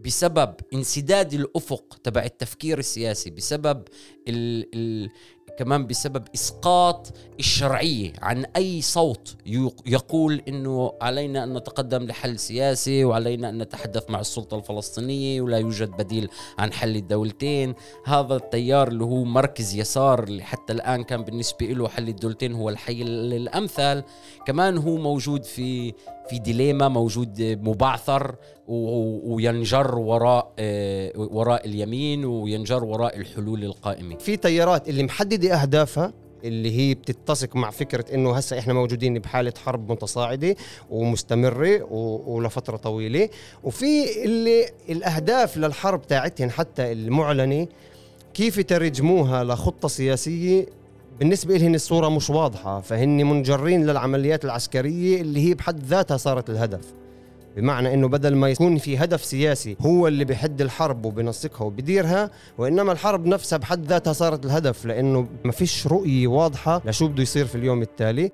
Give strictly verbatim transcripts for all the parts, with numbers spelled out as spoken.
بسبب انسداد الأفق تبع التفكير السياسي، بسبب ال ال كمان بسبب إسقاط الشرعية عن أي صوت يقول إنه علينا أن نتقدم لحل سياسي وعلينا أن نتحدث مع السلطة الفلسطينية ولا يوجد بديل عن حل الدولتين. هذا التيار اللي هو مركز يسار اللي حتى الآن كان بالنسبة له حل الدولتين هو الحل الأمثل، كمان هو موجود في في ديليما، موجود مبعثر وينجر وراء وراء اليمين وينجر وراء الحلول القائمة. في تيارات اللي محددة أهدافها اللي هي بتتسق مع فكرة إنه هسا إحنا موجودين بحالة حرب متصاعدة ومستمرة ولفترة طويلة، وفي اللي الأهداف للحرب تاعتهم حتى المعلنة كيف ترجموها لخطة سياسية بالنسبة لهن الصورة مش واضحة، فهن منجرين للعمليات العسكرية اللي هي بحد ذاتها صارت الهدف. بمعنى إنه بدل ما يكون في هدف سياسي هو اللي بيحد الحرب وبنسقها وبديرها، وإنما الحرب نفسها بحد ذاتها صارت الهدف، لأنه ما فيش رؤية واضحة لشو بده يصير في اليوم التالي.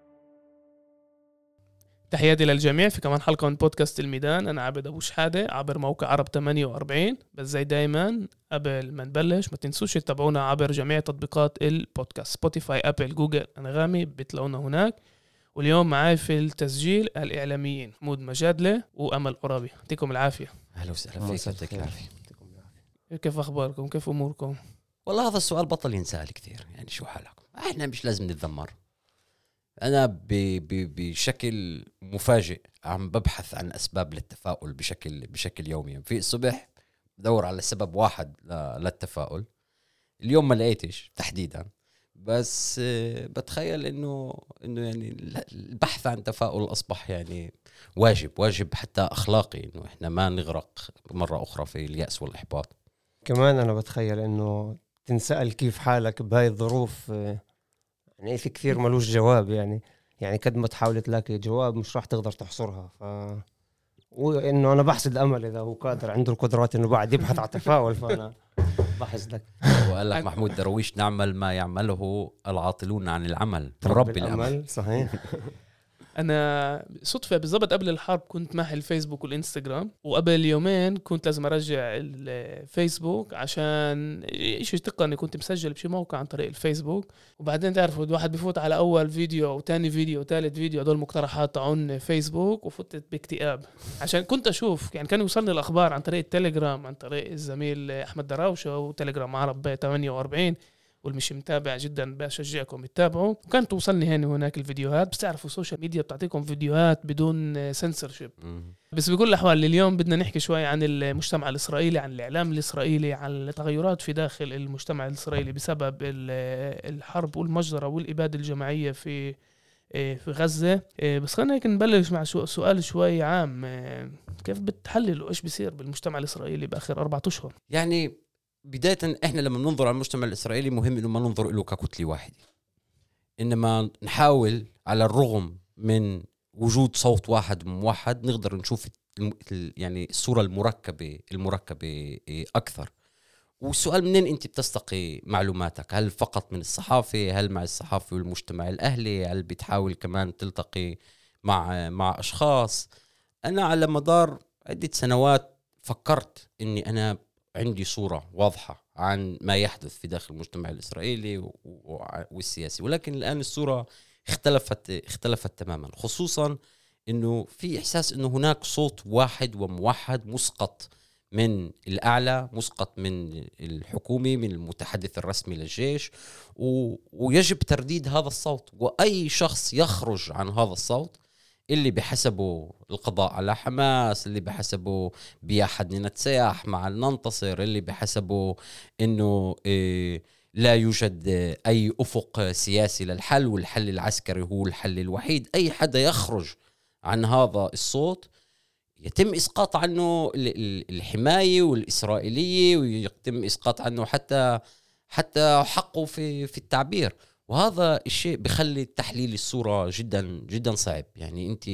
تحياتي للجميع في كمان حلقة من بودكاست الميدان. أنا عابد أبو شحادة عبر موقع عرب ثمانية وأربعين. بس زي دايما قبل ما نبلش ما تنسوش تتابعونا عبر جميع تطبيقات البودكاست، سبوتيفاي، أبل، جوجل، أنغامي، بتلاقونا هناك. واليوم معاي في التسجيل الإعلاميين محمود مجادلة وأمل قرابي. يعطيكم العافية. أهلا وسهلا فيك. يعطيك العافية. كيف أخباركم؟ كيف أموركم؟ والله هذا السؤال بطل ينسال كثير، يعني شو حالكم؟ احنا مش لازم نتذمر. أنا ب... ب... بشكل مفاجئ عم ببحث عن أسباب للتفاؤل بشكل بشكل يومي. في الصبح بدور على سبب واحد ل... للتفاؤل. اليوم ما لقيتش تحديدا، بس بتخيل إنه إنه يعني البحث عن تفاؤل أصبح يعني واجب واجب حتى أخلاقي، إنه إحنا ما نغرق مرة أخرى في اليأس والإحباط. كمان أنا بتخيل إنه تنسأل كيف حالك بهاي الظروف، يعني في كثير ملوش جواب، يعني يعني قد ما تحاول تلاقي جواب مش راح تقدر تحصرها. ف وإنه أنا بحسد أمل إذا هو قادر عنده القدرات إنه بعد يبحث عن تفاؤل، فأنا بحسدك. وقال لك محمود درويش نعمل ما يعمله العاطلون عن العمل رب الأمل. صحيح. أنا صدفة بالضبط قبل الحرب كنت معي الفيسبوك والإنستغرام، وقبل يومين كنت لازم أرجع الفيسبوك عشان إيش تقني، كنت مسجل بشي موقع عن طريق الفيسبوك. وبعدين تعرفوا الواحد بيفوت على أول فيديو وتاني فيديو وثالث فيديو هدول مقترحات عن فيسبوك، وفتت باكتئاب عشان كنت أشوف يعني كان يوصلني الأخبار عن طريق التليجرام عن طريق الزميل أحمد دراوشة وتليجرام عرب ثمانية وأربعين، والمش متابع جدا بشجعكم تتابعوا. وكانت توصلني هنا وهناك الفيديوهات، بس تعرفوا السوشيال ميديا بتعطيكم فيديوهات بدون سنسورشيب. بس بكل الأحوال اليوم بدنا نحكي شوي عن المجتمع الإسرائيلي، عن الإعلام الإسرائيلي، عن التغيرات في داخل المجتمع الإسرائيلي بسبب الحرب والمجزرة والإبادة الجماعية في في غزة. بس خلينا هيك نبلش مع سؤال شوي عام، كيف بتحللوا إيش بيصير بالمجتمع الإسرائيلي بآخر أربعة أشهر؟ يعني بداية احنا لما ننظر على المجتمع الإسرائيلي مهم انه ما ننظر له ككتلة واحدة، انما نحاول على الرغم من وجود صوت واحد موحد نقدر نشوف يعني الصورة المركبة المركبة اكثر. والسؤال منين انت بتستقي معلوماتك؟ هل فقط من الصحافة؟ هل مع الصحافة والمجتمع الأهلي؟ هل بتحاول كمان تلتقي مع مع أشخاص؟ أنا على مدار عدة سنوات فكرت اني انا عندي صورة واضحة عن ما يحدث في داخل المجتمع الإسرائيلي والسياسي، ولكن الآن الصورة اختلفت اختلفت تماما، خصوصا إنه في إحساس إنه هناك صوت واحد وموحد مسقط من الأعلى، مسقط من الحكومة، من المتحدث الرسمي للجيش، ويجب ترديد هذا الصوت. وأي شخص يخرج عن هذا الصوت اللي بحسبه القضاء على حماس، اللي بحسبه بيحد نتساح مع ننتصر، اللي بحسبه إنه إيه لا يوجد أي أفق سياسي للحل والحل العسكري هو الحل الوحيد، أي حدا يخرج عن هذا الصوت يتم إسقاط عنه الحماية والإسرائيلية، ويتم إسقاط عنه حتى حتى حقه في في التعبير. وهذا الشيء بخلي تحليل الصورة جدا جدا صعب. يعني انت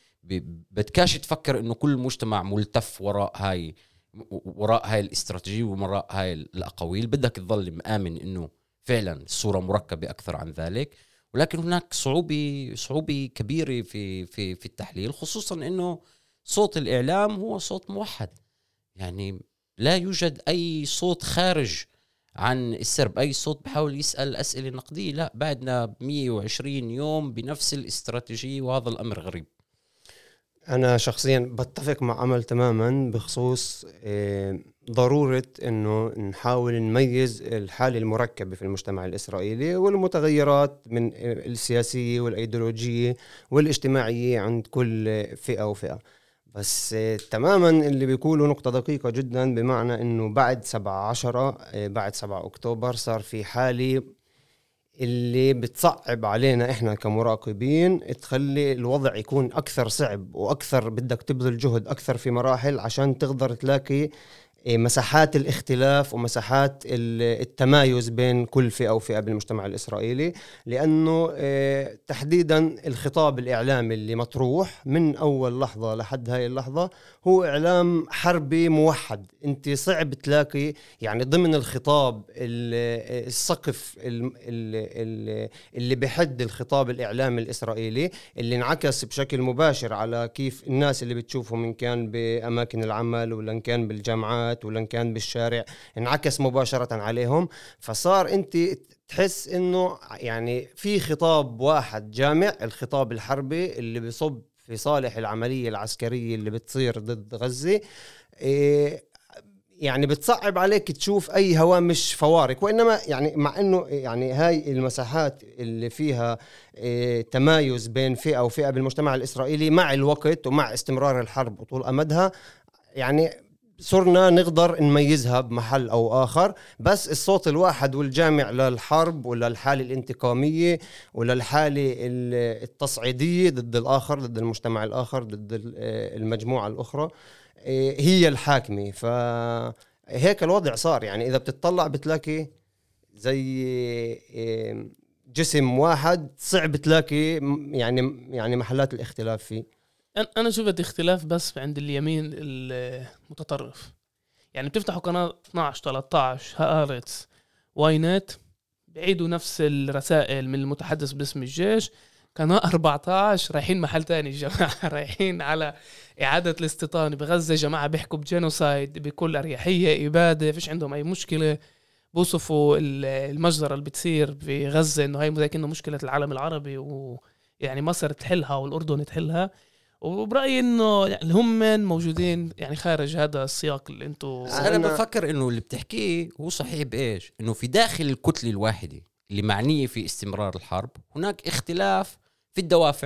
بدكاش تفكر انه كل مجتمع ملتف وراء هاي وراء هاي الاستراتيجية وراء هاي الأقاويل، بدك تظل مآمن انه فعلا الصورة مركبة اكثر عن ذلك. ولكن هناك صعوبة صعوبة كبيرة في في في التحليل، خصوصا انه صوت الإعلام هو صوت موحد. يعني لا يوجد أي صوت خارج عن السرب، أي صوت بحاول يسأل أسئلة نقدية. لا، بعدنا مية وعشرين يوم بنفس الاستراتيجية، وهذا الأمر غريب. أنا شخصيا بتفق مع أمل تماما بخصوص ضرورة أنه نحاول نميز الحالة المركبة في المجتمع الإسرائيلي والمتغيرات من السياسية والأيديولوجية والاجتماعية عند كل فئة وفئة. بس تماما اللي بيقولوا نقطة دقيقة جدا، بمعنى أنه بعد سبعة عشرة بعد سبعة أكتوبر صار في حالة اللي بتصعب علينا إحنا كمراقبين، تخلي الوضع يكون أكثر صعب وأكثر بدك تبذل جهد أكثر في مراحل عشان تقدر تلاقي مساحات الاختلاف ومساحات التمايز بين كل فئة وفئة بالمجتمع الإسرائيلي. لأنه تحديدا الخطاب الإعلامي اللي مطروح من أول لحظة لحد هاي اللحظة هو إعلام حربي موحد. انت صعب تلاقي يعني ضمن الخطاب السقف اللي بحد الخطاب الإعلامي الإسرائيلي اللي انعكس بشكل مباشر على كيف الناس اللي بتشوفه، من كان بأماكن العمل ولا كان بالجامعات ولا كان بالشارع، انعكس مباشرة عليهم. فصار انت تحس انه يعني في خطاب واحد جامع، الخطاب الحربي اللي بيصب في صالح العملية العسكرية اللي بتصير ضد غزة. إيه يعني بتصعب عليك تشوف اي هوامش فوارق. وانما يعني مع انه يعني هاي المساحات اللي فيها إيه تمايز بين فئة وفئة بالمجتمع الإسرائيلي مع الوقت ومع استمرار الحرب وطول امدها، يعني صرنا نقدر نميزها بمحل أو آخر. بس الصوت الواحد والجامع للحرب ولا الحالة الانتقامية ولا الحالة التصعيدية ضد الآخر، ضد المجتمع الآخر، ضد المجموعة الأخرى، هي الحاكمة. فهيك الوضع صار. يعني إذا بتطلع بتلاقي زي جسم واحد، صعب تلاقي يعني يعني محلات الاختلاف فيه. أنا شفت اختلاف بس عند اليمين المتطرف. يعني بتفتحوا قناة اثناشر ثلاثة عشر هآرتس واينت بعيدوا نفس الرسائل من المتحدث باسم الجيش. قناة أربعة عشر رايحين محل تاني الجماعة، رايحين على إعادة الاستيطان بغزة. جماعة بيحكوا بجينوسايد بكل أريحية، إبادة، فيش عندهم أي مشكلة. بوصفوا المجزرة اللي بتصير في غزة إنه هاي زي كأنه مشكلة العالم العربي، ويعني مصر تحلها والأردن تحلها. وبرأيي إنه يعني هم موجودين يعني خارج هذا السياق اللي أنتوا. أنا بفكر إنه اللي بتحكيه هو صحيح بإيش، إنه في داخل الكتلة الواحدة اللي معنية في استمرار الحرب هناك اختلاف في الدوافع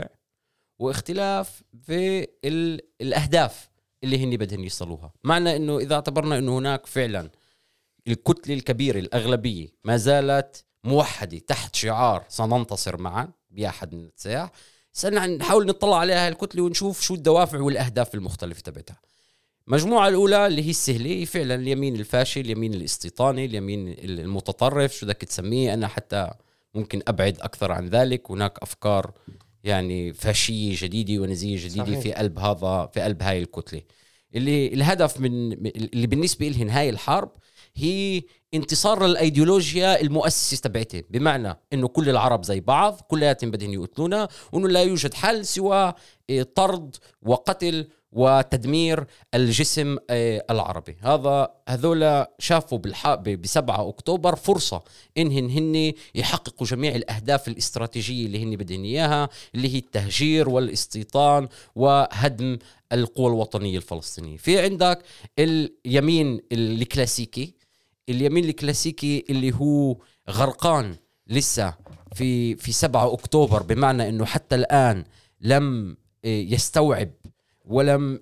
واختلاف في الأهداف اللي هني بدهن يصلوها. معنى إنه إذا اعتبرنا إنه هناك فعلا الكتلة الكبيرة الأغلبية ما زالت موحدة تحت شعار سننتصر معا بأحد من الساح، سألنا نحاول نطلع عليها الكتلة ونشوف شو الدوافع والأهداف المختلفة تبعتها. مجموعة الأولى اللي هي السهلة، فعلا اليمين الفاشل، اليمين الاستيطاني، اليمين المتطرف، شو بدك تسميه. أنا حتى ممكن أبعد أكثر عن ذلك. هناك أفكار يعني فاشية جديدة ونزية جديدة صحيح. في قلب هذا في قلب هاي الكتلة اللي الهدف من اللي بالنسبة لهم هاي الحرب هي انتصار للأيديولوجيا المؤسسة تبعتها، بمعنى إنه كل العرب زي بعض، كلياتهم بدهم يقتلونا، وإنه لا يوجد حل سوى طرد وقتل وتدمير الجسم العربي. هذا هذولا شافوا بسبعة أكتوبر فرصة إنهن هن يحققوا جميع الأهداف الاستراتيجية اللي هن بدهن إياها، اللي هي التهجير والاستيطان وهدم القوى الوطنية الفلسطينية. في عندك اليمين الكلاسيكي، اليمين الكلاسيكي اللي هو غرقان لسه في في سبعة أكتوبر، بمعنى إنه حتى الآن لم يستوعب ولم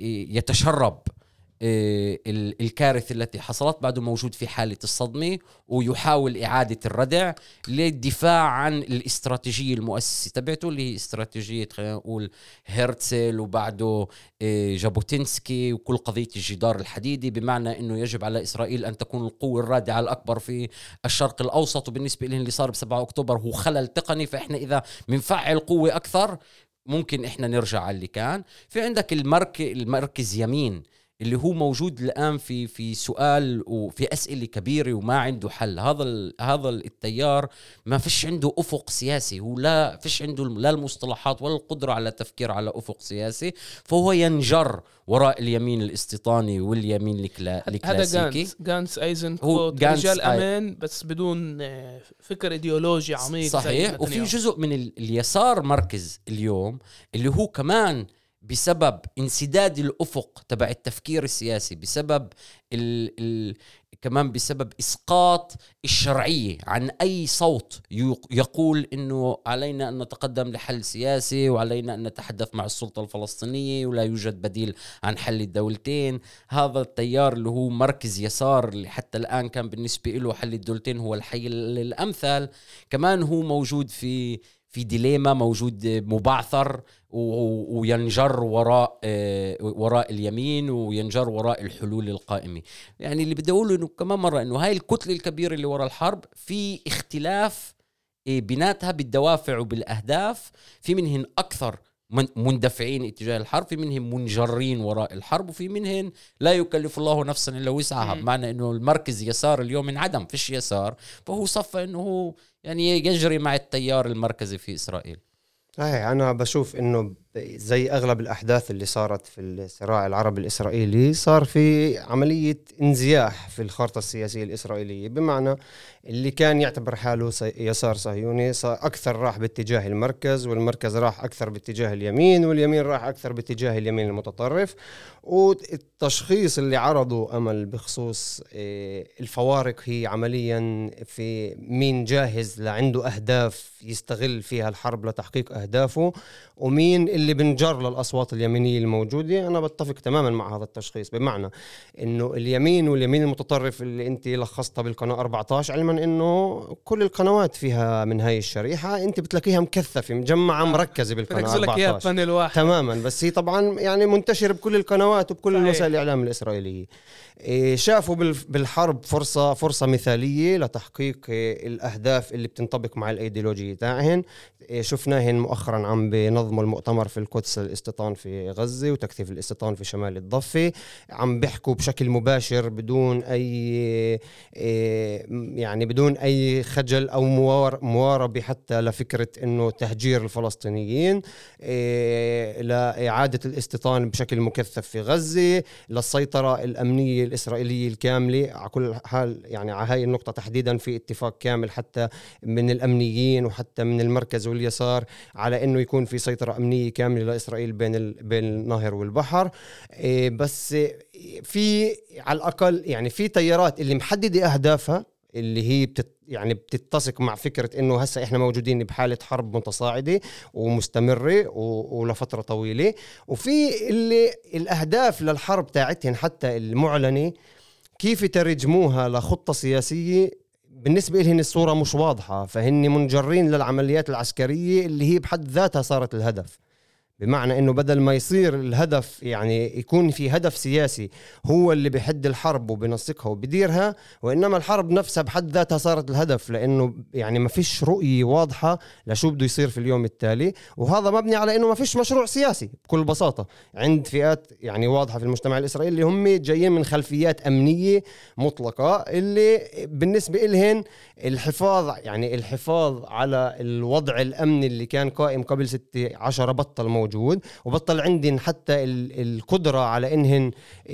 يتشرب الكارثة التي حصلت، بعده موجود في حالة الصدمة ويحاول إعادة الردع للدفاع عن الاستراتيجية المؤسسة تبعته اللي هي استراتيجية خلينا نقول هرتزل وبعده جابوتينسكي وكل قضية الجدار الحديدي، بمعنى أنه يجب على إسرائيل أن تكون القوة الرادعة الأكبر في الشرق الأوسط. وبالنسبة لهم اللي صار بسبعة أكتوبر هو خلل تقني، فإحنا إذا منفعل قوة أكثر ممكن إحنا نرجع على اللي كان. في عندك المركز المركز يمين اللي هو موجود الآن في في سؤال وفي أسئلة كبيرة وما عنده حل. هذا هذا التيار ما فيش عنده أفق سياسي، هو لا فيش عنده لا المصطلحات ولا القدرة على تفكير على أفق سياسي، فهو ينجر وراء اليمين الاستيطاني واليمين الكلاسيكي. هذا جانس جانس ايزنكوت رجال امان بس بدون فكر ايديولوجي عميق. صحيح. وفي جزء من اليسار مركز اليوم اللي هو كمان بسبب انسداد الأفق تبع التفكير السياسي، بسبب ال ال كمان بسبب إسقاط الشرعية عن أي صوت يقول إنه علينا أن نتقدم لحل سياسي وعلينا أن نتحدث مع السلطة الفلسطينية ولا يوجد بديل عن حل الدولتين. هذا التيار اللي هو مركز يسار اللي حتى الآن كان بالنسبة له حل الدولتين هو الحل الأمثل، كمان هو موجود في في ديليما، موجود مبعثر وينجر وراء وراء اليمين وينجر وراء الحلول القائمة. يعني اللي بدي أقوله إنه كمان مرة إنه هاي الكتلة الكبيرة اللي وراء الحرب في اختلاف بيناتها بالدوافع وبالأهداف، في منهن أكثر مندفعين اتجاه الحرب، في منهم منجرين وراء الحرب، وفي منهم لا يكلف الله نفسا إلا وسعها. بمعنى إنه المركز يسار اليوم انعدم، فيش يسار، فهو صفى إنه هو يعني يجري مع التيار المركزي في إسرائيل. صحيح. أنا بشوف إنه زي أغلب الأحداث اللي صارت في الصراع العربي الإسرائيلي صار في عملية انزياح في الخارطة السياسية الإسرائيلية، بمعنى اللي كان يعتبر حاله يسار صهيوني صار أكثر راح باتجاه المركز، والمركز راح أكثر باتجاه اليمين، واليمين راح أكثر باتجاه اليمين المتطرف. والتشخيص اللي عرضه أمل بخصوص الفوارق هي عمليا في مين جاهز لعنده أهداف يستغل فيها الحرب لتحقيق أهدافه ومين اللي بنجر للأصوات اليمينية الموجودة. أنا بتفق تماما مع هذا التشخيص، بمعنى إنه اليمين واليمين المتطرف اللي أنت لخصتها بالقناة أربعة عشر، علما إنه كل القنوات فيها من هاي الشريحة أنت بتلاقيها مكثفة مجمعة مركزة بالقناة أربعة عشر تماما، بس هي طبعا يعني منتشر بكل القنوات وبكل وسائل الإعلام الإسرائيلية. شافوا بالحرب فرصة فرصة مثالية لتحقيق الأهداف اللي بتنطبق مع الأيديولوجية تاعهن. شفناهن مؤخرا عم بنظموا المؤتمر في القدس الاستيطان في غزة وتكثيف الاستيطان في شمال الضفة، عم بيحكوا بشكل مباشر بدون أي يعني بدون أي خجل أو مواربة حتى لفكرة إنه تهجير الفلسطينيين، لإعادة الاستيطان بشكل مكثف في غزة، للسيطرة الأمنية الإسرائيلية الكاملة على كل حال. يعني على هاي النقطة تحديدا في اتفاق كامل حتى من الأمنيين وحتى من المركز واليسار على إنه يكون في سيطرة أمنية كاملة لإسرائيل بين ال... بين النهر والبحر. إيه بس في على الأقل يعني في تيارات اللي محددة أهدافها اللي هي بتت يعني بتتسق مع فكرة إنه هسا إحنا موجودين بحالة حرب متصاعدة ومستمرة و... ولفترة طويلة، وفي اللي الأهداف للحرب تاعتهم حتى المعلنة كيف ترجموها لخطة سياسية بالنسبة لهن الصورة مش واضحة، فهن منجرين للعمليات العسكرية اللي هي بحد ذاتها صارت الهدف. بمعنى انه بدل ما يصير الهدف يعني يكون في هدف سياسي هو اللي بيحد الحرب وبنسقها وبديرها، وانما الحرب نفسها بحد ذاتها صارت الهدف، لانه يعني ما فيش رؤية واضحة لشو بده يصير في اليوم التالي. وهذا مبني على انه ما فيش مشروع سياسي بكل بساطة عند فئات يعني واضحة في المجتمع الاسرائيلي اللي هم جايين من خلفيات امنية مطلقة، اللي بالنسبة لهن الحفاظ يعني الحفاظ على الوضع الامني اللي كان قائم قبل ستة عشر بطل موجود موجود، وبطل عندن حتى القدرة على إنهن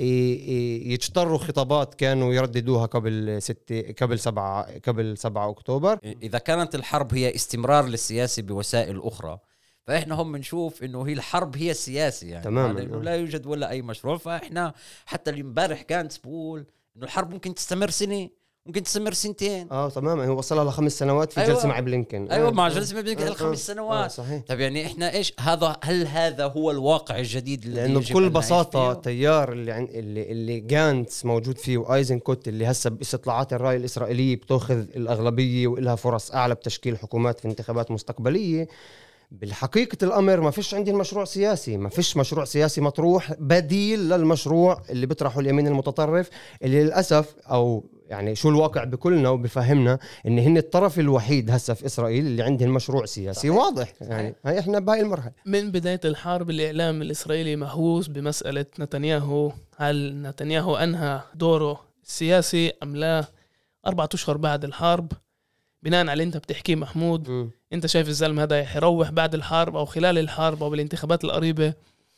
يجتروا خطابات كانوا يرددوها قبل ستة قبل سبعة قبل سبعة أكتوبر. إذا كانت الحرب هي استمرار للسياسة بوسائل أخرى، فإحنا هم بنشوف إنه هي الحرب هي السياسة يعني تماما، إنه لا يوجد ولا أي مشروع. فإحنا حتى اللي امبارح كانت بقول إنه الحرب ممكن تستمر سنة، ممكن تستمر سنتين. اه تماما، هو وصلها لخمس سنوات في أيوة. جلسه مع بلينكن. ايوه آه. مع جلسه مع بلينكن آه. الخمس آه. سنوات. آه صحيح. طب يعني احنا ايش هذا؟ هل هذا هو الواقع الجديد اللي لانه بكل بساطه تيار اللي عن اللي اللي جانتس موجود فيه وايزنكوت اللي هسه باستطلاعات الراي الاسرائيليه بتاخذ الاغلبيه والها فرص اعلى بتشكيل حكومات في انتخابات مستقبليه، بالحقيقة الأمر ما فيش عندي مشروع سياسي، ما فيش مشروع سياسي مطروح بديل للمشروع اللي بيطرحه اليمين المتطرف، اللي للأسف أو يعني شو الواقع بكلنا وبفهمنا ان هن الطرف الوحيد هسه في اسرائيل اللي عندهم مشروع سياسي صحيح. واضح يعني هاي احنا بهاي المرحله. من بدايه الحرب الاعلام الاسرائيلي مهووس بمساله نتنياهو، هل نتنياهو انهى دوره السياسي ام لا؟ اربعة اشهر بعد الحرب، بناء على اللي انت بتحكيه محمود، م. انت شايف الزلمه هذا يروح بعد الحرب او خلال الحرب او بالانتخابات القريبه،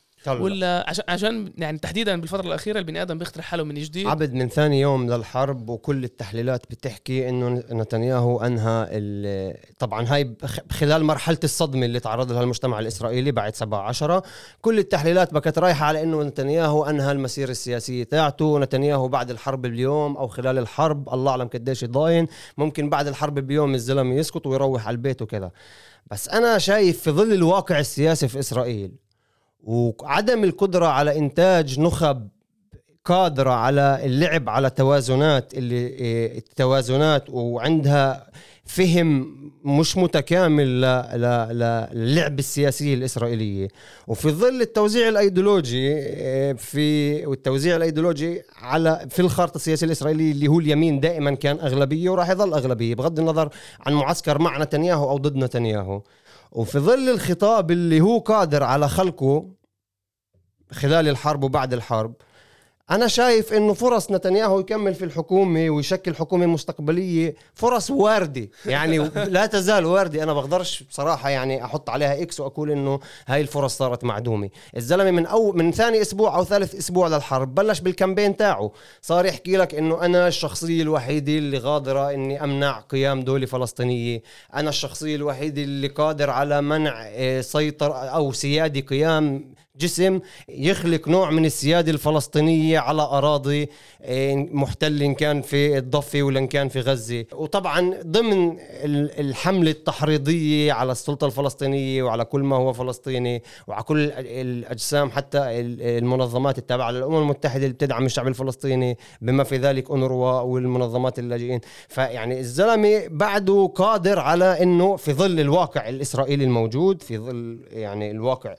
ولا عشان عشان يعني تحديدا بالفتره الاخيره البني ادم بيخترع حاله من جديد؟ عبد من ثاني يوم للحرب وكل التحليلات بتحكي انه نتنياهو انهى، طبعا هاي خلال مرحله الصدمه اللي تعرض لها المجتمع الاسرائيلي بعد سبعة عشر، كل التحليلات بكت رايحه على انه نتنياهو انهى المسيره السياسيه تاعته. نتنياهو بعد الحرب بيوم او خلال الحرب الله اعلم قديش ضاين، ممكن بعد الحرب بيوم الزلمه يسكت ويروح على البيت وكذا. بس انا شايف في ظل الواقع السياسي في اسرائيل وعدم القدرة على إنتاج نخب قادرة على اللعب على توازنات اللي التوازنات وعندها فهم مش متكامل للعب السياسي الإسرائيلية، وفي ظل التوزيع الأيديولوجي في والتوزيع الأيديولوجي على في الخارطة السياسية الإسرائيلية اللي هو اليمين دائما كان أغلبية وراح يظل أغلبية بغض النظر عن معسكر مع نتنياهو أو ضد نتنياهو. وفي ظل الخطاب اللي هو قادر على خلقه خلال الحرب وبعد الحرب، أنا شايف إنه فرص نتنياهو يكمل في الحكومة ويشكل حكومة مستقبلية فرص واردة، يعني لا تزال واردة. أنا بقدرش بصراحة يعني أحط عليها إكس وأقول إنه هاي الفرص صارت معدومة. الزلمة من أو من ثاني أسبوع أو ثالث أسبوع للحرب بلش بالكامبين تاعه، صار يحكي لك إنه أنا الشخصية الوحيدة اللي قادرة إني أمنع قيام دولة فلسطينية، أنا الشخصية الوحيدة اللي قادر على منع سيطرة أو سيادة قيام جسم يخلق نوع من السيادة الفلسطينية على أراضي محتل إن كان في الضفة ولا إن كان في غزة. وطبعا ضمن الحملة التحريضية على السلطة الفلسطينية وعلى كل ما هو فلسطيني وعلى كل الأجسام حتى المنظمات التابعة للأمم المتحدة اللي بتدعم الشعب الفلسطيني بما في ذلك أونروا والمنظمات اللاجئين. فيعني الزلمة بعده قادر على إنه في ظل الواقع الإسرائيلي الموجود، في ظل يعني الواقع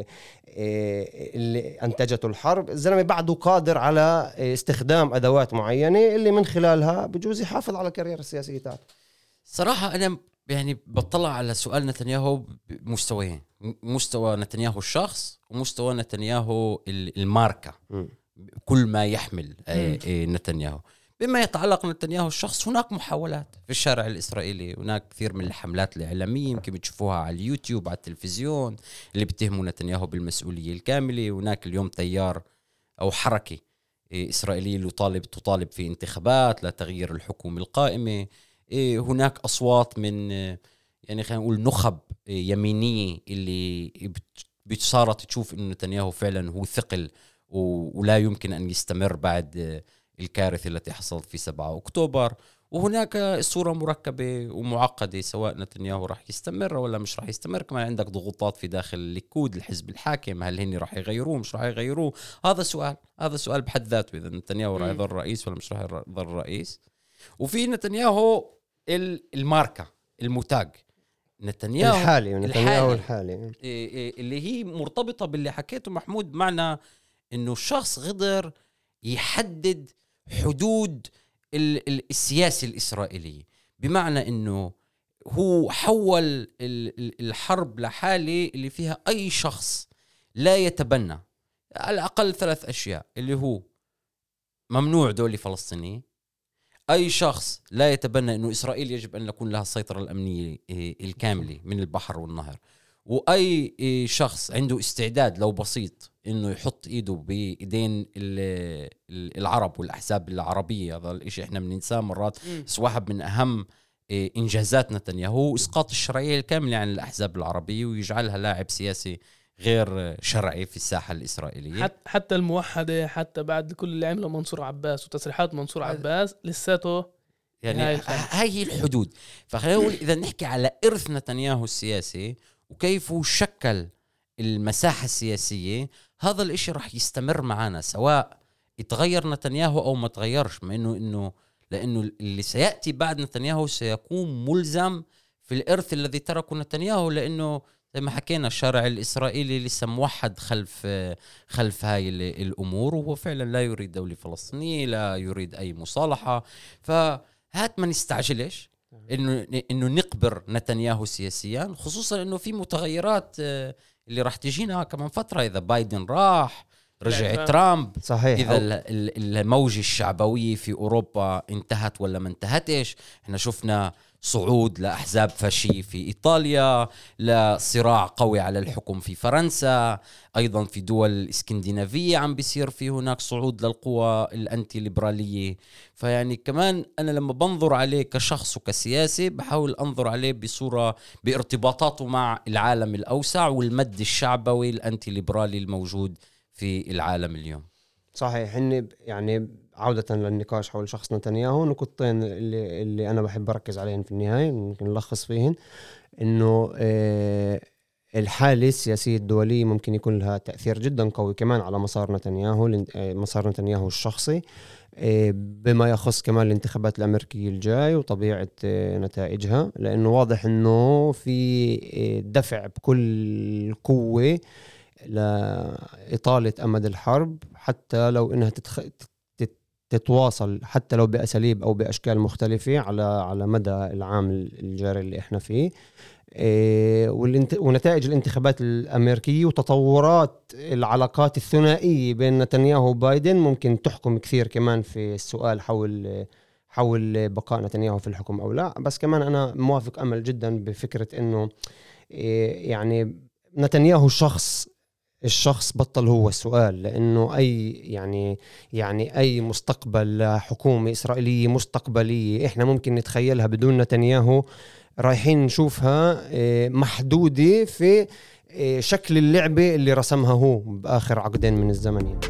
اللي أنتجته الحرب، الزلمة بعده قادر على استخدام أدوات معينة اللي من خلالها بجوز يحافظ على الكارير السياسية تاعته. صراحة أنا يعني بطلع على سؤال نتنياهو بمستويين، مستوى نتنياهو الشخص ومستوى نتنياهو الماركة، م. كل ما يحمل نتنياهو. بما يتعلق نتنياهو الشخص، هناك محاولات في الشارع الإسرائيلي، هناك كثير من الحملات الإعلامية يمكن بتشوفوها على اليوتيوب على التلفزيون اللي بيتهموا نتنياهو بالمسؤولية الكاملة. هناك اليوم تيار أو حركة إسرائيلية اللي تطالب تطالب في انتخابات لتغيير الحكومة القائمة. هناك أصوات من يعني خلينا نقول نخب يمينية اللي بتصارت تشوف إنه نتنياهو فعلا هو ثقل ولا يمكن أن يستمر بعد الكارثة التي حصلت في سبعة أكتوبر. وهناك الصورة مركبة ومعقدة، سواء نتنياهو راح يستمر ولا مش راح يستمر. كمان عندك ضغوطات في داخل الليكود الحزب الحاكم، هل هني راح يغيروه مش راح يغيروه؟ هذا سؤال هذا سؤال بحد ذاته، إذا نتنياهو راح يظل رئيس ولا مش راح يظل رئيس. وفي نتنياهو الماركة المتاج نتنياهو الحالي نتنياهو الحالي اللي هي مرتبطة باللي حكيته محمود معنا، إنه الشخص قدر يحدد حدود السياسة الإسرائيلية، بمعنى أنه هو حول الحرب لحالة اللي فيها أي شخص لا يتبنى على الأقل ثلاث أشياء، اللي هو ممنوع دولة فلسطينية، أي شخص لا يتبنى أنه إسرائيل يجب أن يكون لها السيطرة الأمنية الكاملة من البحر والنهر، وأي شخص عنده استعداد لو بسيط إنه يحط إيده بإيدين العرب والأحزاب العربية. هذا الإشي إحنا بننساه مرات، بس واحد من أهم إنجازات نتنياهو إسقاط الشرعية الكاملة عن الأحزاب العربية ويجعلها لاعب سياسي غير شرعي في الساحة الإسرائيلية. حتى الموحدة، حتى بعد كل اللي عمله منصور عباس وتصريحات منصور عباس لساته يعني هاي, هاي الحدود. فخلينا نقول إذا نحكي على إرث نتنياهو السياسي وكيف شكل المساحة السياسية، هذا الاشي رح يستمر معنا سواء يتغير نتنياهو او ما تغيرش، مع انه انه لانه اللي سيأتي بعد نتنياهو سيكون ملزم في الارث الذي تركه نتنياهو، لانه زي ما حكينا الشارع الإسرائيلي لسه موحد خلف خلف هاي الأمور، وهو فعلا لا يريد دولة فلسطينية، لا يريد أي مصالحة. فهات ما نستعجلش إنه إنه نقبر نتنياهو سياسيا، خصوصا إنه في متغيرات اللي راح تجينا كمان فترة. إذا بايدن راح رجع ترامب، صحيح. إذا الموجة الشعبوية في أوروبا انتهت ولا ما انتهتش. احنا شفنا صعود لأحزاب فاشي في إيطاليا، لصراع قوي على الحكم في فرنسا، أيضا في دول الإسكندنافية عم بيصير في هناك صعود للقوى الأنتي ليبرالية. فيعني كمان أنا لما بنظر عليه كشخص وكسياسي بحاول أنظر عليه بصورة بارتباطاته مع العالم الأوسع والمد الشعبوي الأنتي ليبرالي الموجود في العالم اليوم. صحيح. إني يعني عودة للنقاش حول شخص نتنياهو، نقطتين اللي, اللي أنا بحب أركز عليهن في النهاية ممكن نلخص فيهن، إنه آه الحالة السياسية الدولية ممكن يكون لها تأثير جدا قوي كمان على مسار نتنياهو مسار نتنياهو الشخصي، آه بما يخص كمان الانتخابات الأمريكية الجاي وطبيعة آه نتائجها، لأنه واضح إنه في آه دفع بكل قوة لإطالة أمد الحرب، حتى لو إنها تتخ... تتواصل حتى لو بأساليب أو بأشكال مختلفة على على مدى العام الجاري اللي إحنا فيه. إيه والانت... ونتائج الانتخابات الأمريكية وتطورات العلاقات الثنائية بين نتنياهو وبايدن ممكن تحكم كثير كمان في السؤال حول حول بقاء نتنياهو في الحكم أو لا. بس كمان أنا موافق أمل جدا بفكرة إنه إيه يعني نتنياهو شخص الشخص بطل هو السؤال، لأنه أي يعني يعني أي مستقبل لحكومة إسرائيلية مستقبلية إحنا ممكن نتخيلها بدون نتنياهو رايحين نشوفها محدودة في شكل اللعبة اللي رسمها هو بآخر عقدين من الزمن يعني.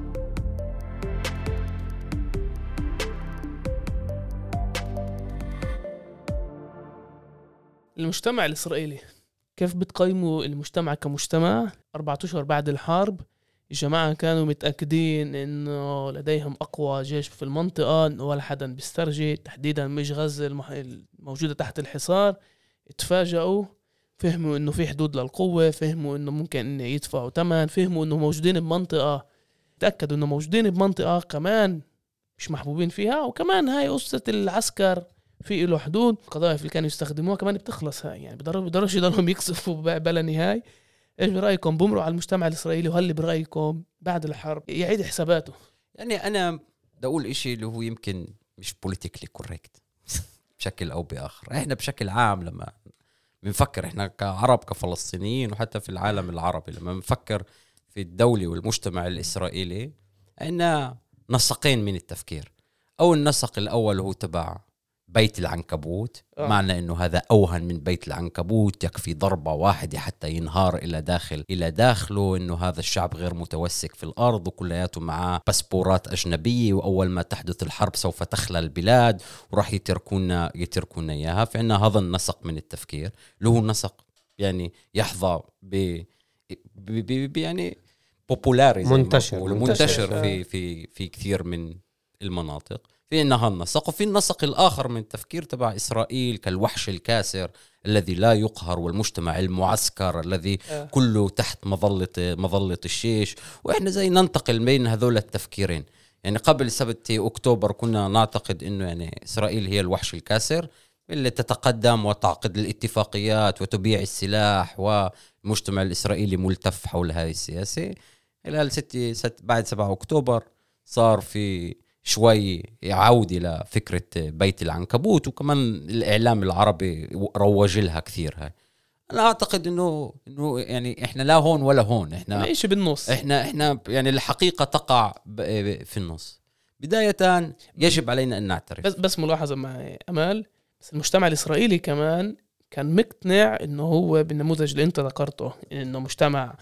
المجتمع الإسرائيلي كيف بتقيموا المجتمع كمجتمع؟ أربعة أشهر بعد الحرب الجماعة كانوا متأكدين إنه لديهم أقوى جيش في المنطقة، إنه ولا حدا بيسترجي، تحديدا مش غزة الموجودة تحت الحصار. اتفاجئوا، فهموا إنه في حدود للقوة، فهموا إنه ممكن إنه يدفعوا ثمن، فهموا إنه موجودين بمنطقة، تأكدوا إنه موجودين بمنطقة كمان مش محبوبين فيها. وكمان هاي قصة العسكر في له حدود، القضايا اللي كانوا يستخدموها كمان بتخلص هاي، يعني بدروا بدروش يضلهم يكسفوا بلا نهاية. ايش برأيكم بمروا على المجتمع الإسرائيلي، وهل برأيكم بعد الحرب يعيد حساباته؟ يعني أنا بدي أقول إشي اللي هو يمكن مش politically correct بشكل أو بآخر. إحنا بشكل عام لما بنفكر إحنا كعرب كفلسطينيين وحتى في العالم العربي لما بنفكر في الدولة والمجتمع الإسرائيلي عندنا نسقين من التفكير. أو النسق الأول هو تبع بيت العنكبوت، آه. معنى انه هذا اوهن من بيت العنكبوت، يكفي ضربة واحدة حتى ينهار الى داخل الى داخله، انه هذا الشعب غير متوسك في الارض وكلياته معاه باسبورات اجنبية، واول ما تحدث الحرب سوف تخلى البلاد وراح يتركونا يتركونا اياها. فعنا هذا النسق من التفكير اللي هو نسق يعني يحظى ب, ب... ب... يعني بوبولاري منتشر منتشر في في في كثير من المناطق. في إنها النسق، وفي النسق الآخر من التفكير تبع إسرائيل كالوحش الكاسر الذي لا يقهر، والمجتمع المعسكر الذي آه. كله تحت مظلة مظلة الشيش. وإحنا زي ننتقل بين هذول التفكيرين. يعني قبل سبت أكتوبر كنا نعتقد إنه يعني إسرائيل هي الوحش الكاسر اللي تتقدم وتعقد الاتفاقيات وتبيع السلاح، والمجتمع الإسرائيلي ملتف حول هذه السياسة. إلى ست ست بعد سبعة أكتوبر صار في شوي عودة لفكرة بيت العنكبوت، وكمان الإعلام العربي روج لها كثير. هاي أنا أعتقد إنه إنه يعني إحنا لا هون ولا هون، إحنا نعيش بالنص. إحنا إحنا يعني الحقيقة تقع في النص. بداية يجب علينا أن نعترف. بس بس ملاحظة مع أمال، بس المجتمع الإسرائيلي كمان كان مقتنع إنه هو بالنموذج اللي أنت ذكرته، إنه مجتمع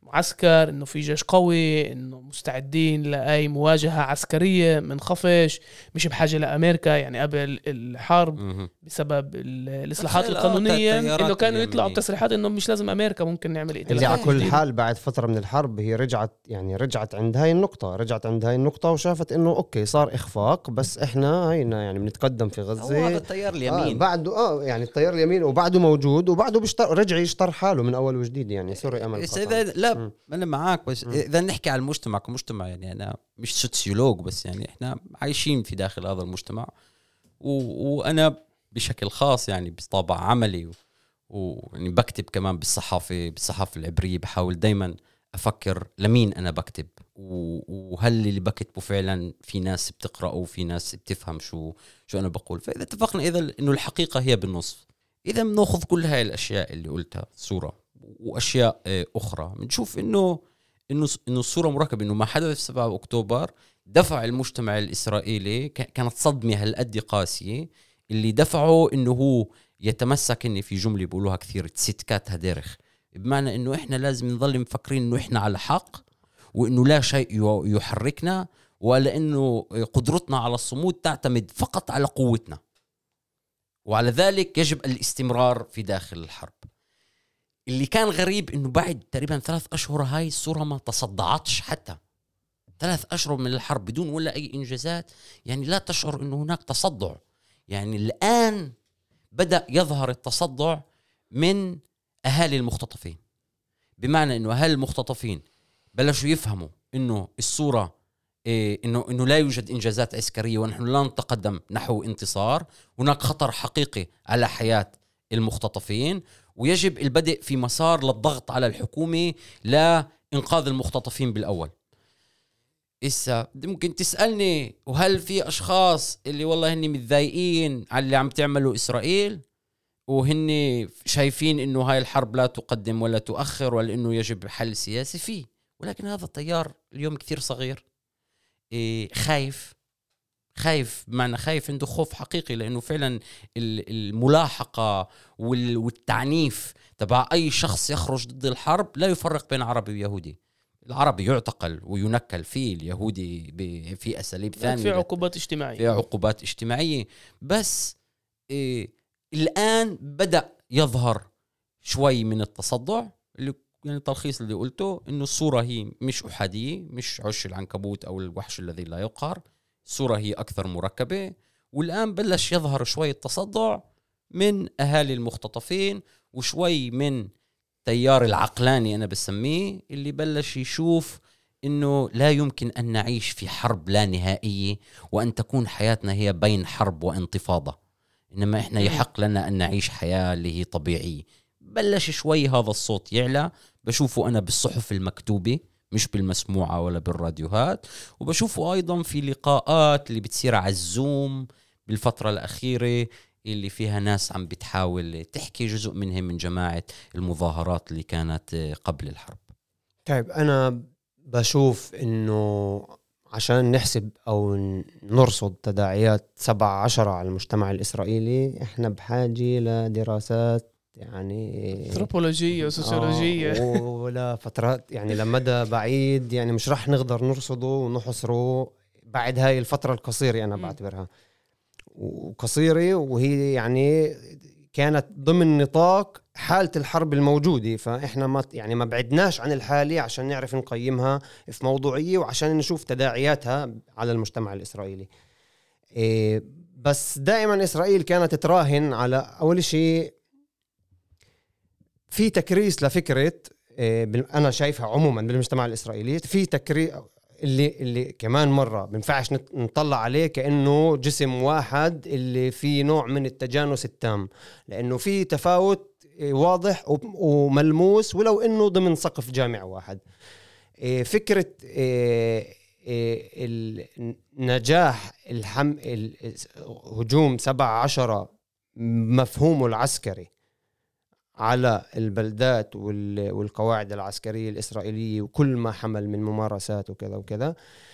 معسكر، انه في جيش قوي، انه مستعدين لاي مواجهه عسكريه، من خفش، مش بحاجه لامريكا. يعني قبل الحرب مهم. بسبب ال- الاصلاحات تخيل، آه، القانونيه التيارات انه كانوا اليمنية. يطلعوا بتصريحات انه مش لازم امريكا، ممكن نعمل اللي ائتلافات على كل جديدة. حال بعد فترة من الحرب هي رجعت يعني رجعت عند هاي النقطة رجعت عند هاي النقطة وشافت إنه أوكي صار إخفاق، بس إحنا هينا يعني بنتقدم في هو هذا غزة. التيار آه اليمين. بعده آه يعني التيار اليمين وبعده موجود وبعده بيشتر رجع يشتر حاله من أول وجديد. يعني سوري أمل بس قطعاً. إذا لا مم. انا معاك، بس مم. اذا نحكي على المجتمع كمجتمع، يعني انا مش سوسيولوج، بس يعني احنا عايشين في داخل هذا المجتمع، و... وانا بشكل خاص يعني بطابع عملي و... ويعني بكتب كمان بالصحافه بالصحافه العبريه، بحاول دايما افكر لمين انا بكتب، و... وهل اللي بكتبه فعلا في ناس بتقرأه وفي ناس بتفهم شو شو انا بقول. فاذا اتفقنا اذا انه الحقيقه هي بالنص، اذا بناخذ كل هاي الاشياء اللي قلتها صوره واشياء آه، اخرى، بنشوف انه انه انه الصوره مركبه، انه ما حدث في سبعة اكتوبر دفع المجتمع الاسرائيلي، ك- كانت صدمه هالقد قاسيه اللي دفعه انه هو يتمسك. ان في جمله بيقولوها كثير، تسيتكات هديرخ، بمعنى انه احنا لازم نظل مفكرين انه احنا على حق، وانه لا شيء ي- يحركنا، ولا انه قدرتنا على الصمود تعتمد فقط على قوتنا، وعلى ذلك يجب الاستمرار في داخل الحرب. اللي كان غريب انه بعد تقريبا ثلاث اشهر هاي الصورة ما تصدعتش، حتى ثلاث اشهر من الحرب بدون ولا اي انجازات، يعني لا تشعر انه هناك تصدع. يعني الان بدأ يظهر التصدع من اهالي المختطفين، بمعنى انه اهالي المختطفين بلشوا يفهموا انه الصورة إيه، انه انه لا يوجد انجازات عسكريه ونحن لا نتقدم نحو انتصار، هناك خطر حقيقي على حياه المختطفين، ويجب البدء في مسار للضغط على الحكومه لانقاذ المختطفين بالاول. إسا ممكن تسالني، وهل في اشخاص اللي والله هني متضايقين على اللي عم تعمله اسرائيل وهني شايفين انه هاي الحرب لا تقدم ولا تؤخر ولا انه يجب حل سياسي فيه، ولكن هذا التيار اليوم كثير صغير، إيه، خايف خايف بمعنى خايف، عنده خوف حقيقي، لأنه فعلا الملاحقة والتعنيف تبع أي شخص يخرج ضد الحرب لا يفرق بين عربي ويهودي. العربي يعتقل وينكل فيه، اليهودي في أساليب ثانية، في عقوبات اجتماعية في عقوبات اجتماعية. بس إيه الآن بدأ يظهر شوي من التصدع، اللي يعني التلخيص اللي قلته انه الصورة هي مش أحادية، مش عش العنكبوت او الوحش الذي لا يقهر، الصورة هي اكثر مركبة. والان بلش يظهر شوي التصدع من اهالي المختطفين، وشوي من تيار العقلاني انا بسميه، اللي بلش يشوف انه لا يمكن ان نعيش في حرب لا نهائية، وان تكون حياتنا هي بين حرب وانتفاضة، انما احنا يحق لنا ان نعيش حياة اللي هي طبيعية. بلش شوي هذا الصوت يعلى، بشوفه أنا بالصحف المكتوبة مش بالمسموعة ولا بالراديوهات، وبشوفه أيضا في لقاءات اللي بتصير على الزوم بالفترة الأخيرة، اللي فيها ناس عم بتحاول تحكي، جزء منهم من جماعة المظاهرات اللي كانت قبل الحرب. طيب أنا بشوف إنه عشان نحسب أو نرصد تداعيات سبعة عشرة على المجتمع الإسرائيلي إحنا بحاجة لدراسات يعني أنثروبولوجية وسوسيولوجية آه ولا فترات يعني لمدى بعيد، يعني مش رح نقدر نرصده ونحصره بعد هاي الفترة القصيرة أنا بعتبرها وقصيرة، وهي يعني كانت ضمن نطاق حالة الحرب الموجودة. فإحنا ما يعني ما بعدناش عن الحالة عشان نعرف نقيمها في موضوعية وعشان نشوف تداعياتها على المجتمع الإسرائيلي. إيه بس دائما إسرائيل كانت تراهن على أول شيء في تكريس لفكرة إيه أنا شايفها عموما بالمجتمع الإسرائيلي، في تكريس اللي اللي كمان مرة بنفعش نطلع عليه كأنه جسم واحد اللي فيه نوع من التجانس التام، لأنه في تفاوت واضح وملموس ولو إنه ضمن سقف جامعة واحد. فكرة النجاح الحم الهجوم سبعة عشرة مفهومه العسكري على البلدات والقواعد العسكرية الإسرائيلية وكل ما حمل من ممارسات وكذا وكذا،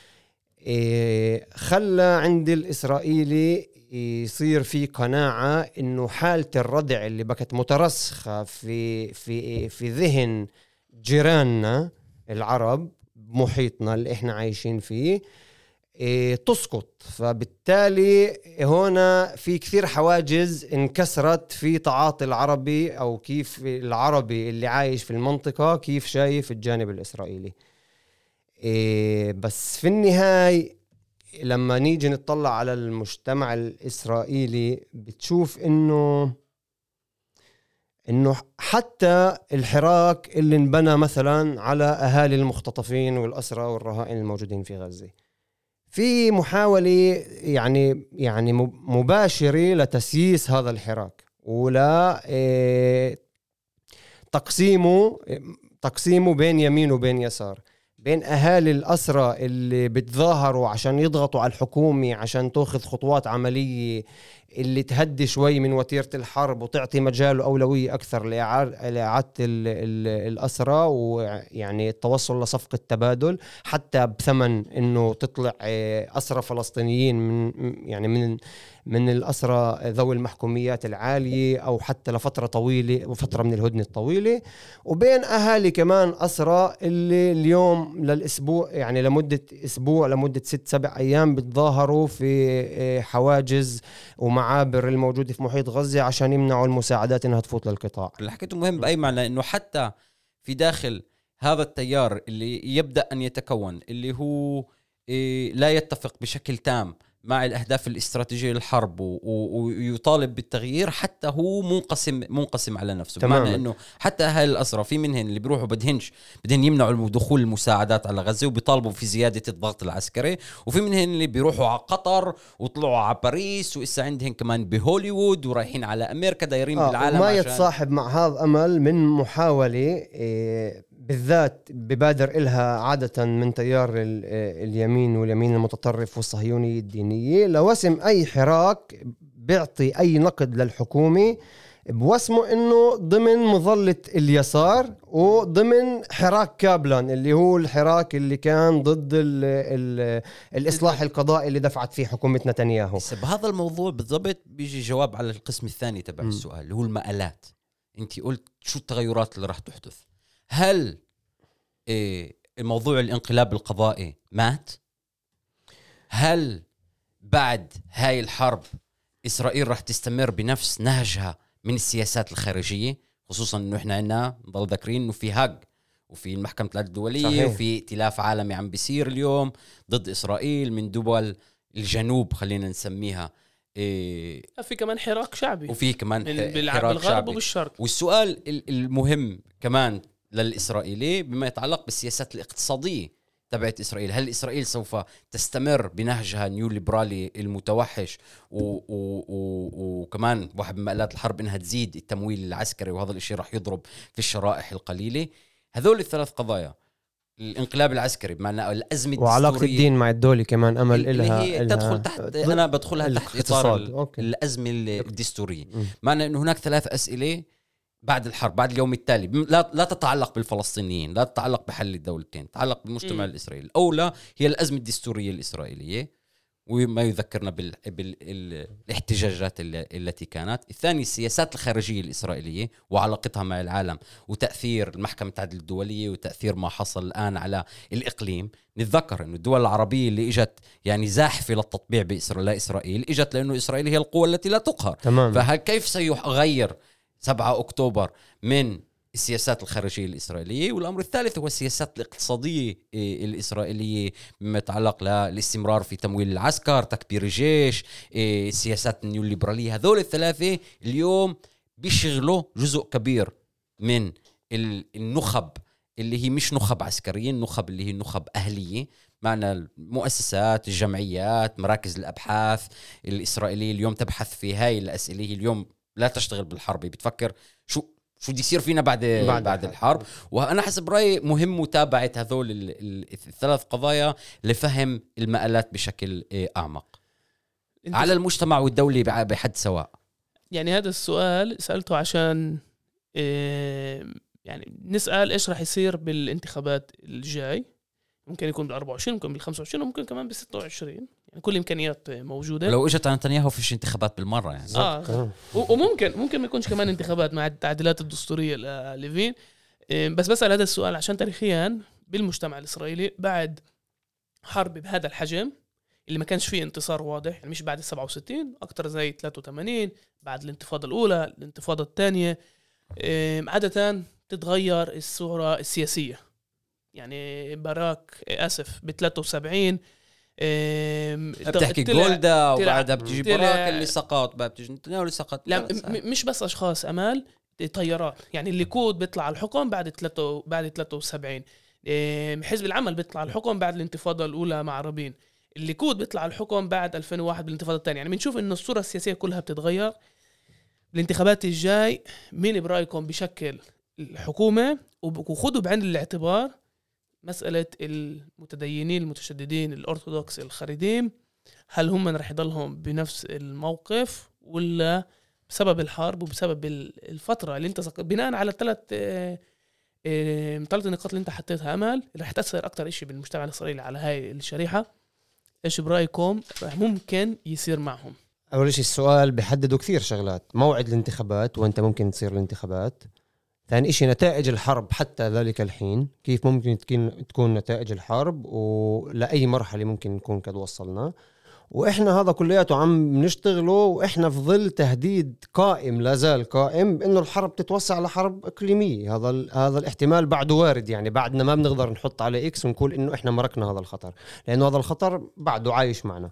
خلى عند الإسرائيلي يصير في قناعة إنه حالة الردع اللي بكت مترسخة في في في ذهن جيراننا العرب محيطنا اللي احنا عايشين فيه إيه تسقط. فبالتالي هنا في كثير حواجز انكسرت في تعاطي العربي أو كيف العربي اللي عايش في المنطقة كيف شايف الجانب الإسرائيلي. إيه بس في النهاية لما نيجي نطلع على المجتمع الإسرائيلي بتشوف إنه إنه حتى الحراك اللي انبنى مثلا على أهالي المختطفين والأسرى والرهائن الموجودين في غزة في محاولة يعني يعني مباشرة لتسييس هذا الحراك ولا إيه تقسيمه تقسيمه بين يمين وبين يسار، بين أهالي الأسرى اللي بتظاهروا عشان يضغطوا على الحكومة عشان تأخذ خطوات عملية اللي تهدي شوي من وتيرة الحرب وتعطي مجال أولوية أكثر لإعادة الأسرى ويعني التوصل لصفقة تبادل حتى بثمن إنه تطلع أسرى فلسطينيين من يعني من من الأسرى ذوي المحكوميات العالية أو حتى لفترة طويلة وفترة من الهدنة الطويلة، وبين أهالي كمان أسرى اللي اليوم للأسبوع يعني لمدة أسبوع لمدة ست سبع أيام بتظاهروا في حواجز ومعابر الموجودة في محيط غزة عشان يمنعوا المساعدات إنها تفوت للقطاع. اللي حكيته مهم بأي معنى إنه حتى في داخل هذا التيار اللي يبدأ أن يتكون اللي هو إيه لا يتفق بشكل تام مع الأهداف الاستراتيجية للحرب ويطالب بالتغيير حتى هو منقسم منقسم على نفسه. بمعنى إنه حتى أهل الأسرى في منهم اللي بيروحوا بدهنش بدهن يمنعوا دخول المساعدات على غزة وبيطالبوا في زيادة الضغط العسكري، وفي منهم اللي بيروحوا على قطر وطلعوا على باريس وإسا عندهم كمان بهوليوود ورايحين على أمريكا دايرين آه بالعالم ما عشان يتصاحب مع هذا أمل من محاولة إيه بالذات ببادر إلها عادة من تيار اليمين واليمين المتطرف والصهيونية الدينية لوسم أي حراك بيعطي أي نقد للحكومة بوسمه إنه ضمن مظلة اليسار وضمن حراك كابلان اللي هو الحراك اللي كان ضد ال ال الإصلاح القضائي اللي دفعت فيه حكومة نتنياهو. بهذا الموضوع بالضبط بيجي جواب على القسم الثاني تبع م. السؤال اللي هو المآلات. أنت قلت شو التغيرات اللي راح تحدث؟ هل إيه الموضوع الانقلاب القضائي مات؟ هل بعد هاي الحرب إسرائيل راح تستمر بنفس نهجها من السياسات الخارجية، خصوصا إنه إحنا عنا نضل ذاكرين إنه في هاج وفي المحكمة العدل الدولية صحيح. وفي ائتلاف عالمي عم بيصير اليوم ضد إسرائيل من دول الجنوب خلينا نسميها. إيه في كمان حراك شعبي وفي كمان بالغرب شعبي. وبالشرق. والسؤال المهم كمان للإسرائيلي بما يتعلق بالسياسات الاقتصادية تبعت إسرائيل، هل إسرائيل سوف تستمر بنهجها نيو ليبرالي المتوحش وكمان و... و... واحد من مآلات الحرب إنها تزيد التمويل العسكري وهذا الشيء راح يضرب في الشرائح القليلة؟ هذول الثلاث قضايا، الانقلاب العسكري بمعنى الأزمة الدستورية وعلاقة الدين مع الدولة كمان أمل إلها, إلها تدخل تحت أنا بدخلها تحت إطار الأزمة الدستورية. معنى إنه هناك ثلاث أسئلة بعد الحرب بعد اليوم التالي لا لا تتعلق بالفلسطينيين، لا تتعلق بحل الدولتين، تتعلق بالمجتمع م. الإسرائيلي. الأولى هي الأزمة الدستورية الإسرائيلية وما يذكرنا بالاحتجاجات التي كانت. الثاني السياسات الخارجية الإسرائيلية وعلاقتها مع العالم وتأثير المحكمة العدل الدولية وتأثير ما حصل الآن على الإقليم. نتذكر إنه الدول العربية اللي إجت يعني زاحفة للتطبيع بإسرائيل لا إسرائيل إجت لأنه إسرائيل هي القوة التي لا تقهر. فكيف سيغير سبعة أكتوبر من السياسات الخارجية الإسرائيلية؟ والأمر الثالث هو السياسات الاقتصادية الإسرائيلية بما يتعلق للاستمرار في تمويل العسكر، تكبير الجيش، سياسات النيوليبرالية. هذول الثلاثة اليوم بيشغلوا جزء كبير من النخب اللي هي مش نخب عسكرية، النخب اللي هي نخب أهلية، معنى المؤسسات، الجمعيات، مراكز الأبحاث الإسرائيلية اليوم تبحث في هاي الأسئلة. اليوم لا تشتغل بالحرب، بتفكر شو شو بدي يصير فينا بعد بعد, بعد الحرب. وانا حسب رايي مهم متابعه هذول الثلاث قضايا لفهم المآلات بشكل اعمق على المجتمع والدولة بحد سواء. يعني هذا السؤال سألته عشان يعني نسأل ايش راح يصير بالانتخابات الجاي، ممكن يكون بالأربعة وعشرين، ممكن بالخمسة وعشرين، وممكن كمان بالستة وعشرين، يعني كل الإمكانيات موجودة. لو اجت نتنياهو فيش انتخابات بالمرة يعني. آه. وممكن ممكن ما يكونش كمان انتخابات مع التعديلات الدستورية لليفين. بس بسأل هذا السؤال عشان تاريخيا بالمجتمع الإسرائيلي بعد حرب بهذا الحجم اللي ما كانش فيه انتصار واضح، يعني مش بعد السبعة وستين، أكتر زي ثلاثة وثمانين، بعد الانتفاضة الأولى، الانتفاضة الثانية، عادة تتغير الصورة السياسية. يعني باراك آسف ب ثلاثة وسبعين بتحكي جولدا وبعدها بتجي باراك اللي سقط، بعد بتجي نتنياهو اللي سقط. لا م- مش بس أشخاص أمال، طيارات. يعني الليكود بيطلع على الحكم بعد ثلاثة بعد ثلاثة وسبعين، حزب العمل بيطلع على الحكم بعد الانتفاضة الأولى مع رابين، الليكود بيطلع على الحكم بعد ألفين وواحد بالانتفاضة الثانية. يعني بنشوف إنه الصورة السياسية كلها بتتغير. الانتخابات الجاي مين برأيكم بشكل الحكومة؟ وخدوا بعين الاعتبار مسألة المتدينين المتشددين الأرثوذكس الخريديم، هل هم رح يضلهم بنفس الموقف ولا بسبب الحرب وبسبب الفترة اللي انت بناء على الثلاث ثلاث نقاط اللي انت حطيتها أمل رح تأثر أكتر إشي بالمجتمع الإسرائيلي على هاي الشريحة؟ إيش برأيكم ممكن يصير معهم؟ أول شيء السؤال بيحددوا كثير شغلات، موعد الانتخابات وأنت ممكن تصير الانتخابات. ثاني إشي نتائج الحرب حتى ذلك الحين، كيف ممكن تكون تكون نتائج الحرب ولأي مرحلة ممكن نكون قد وصلنا. وإحنا هذا كلياته عم نشتغله وإحنا في ظل تهديد قائم لا زال قائم إنه الحرب تتوسع لحرب إقليمية. هذا هذا الاحتمال بعده وارد، يعني بعدنا ما بنقدر نحط على إكس ونقول إنه إحنا مركنا هذا الخطر، لأنه هذا الخطر بعده عايش معنا.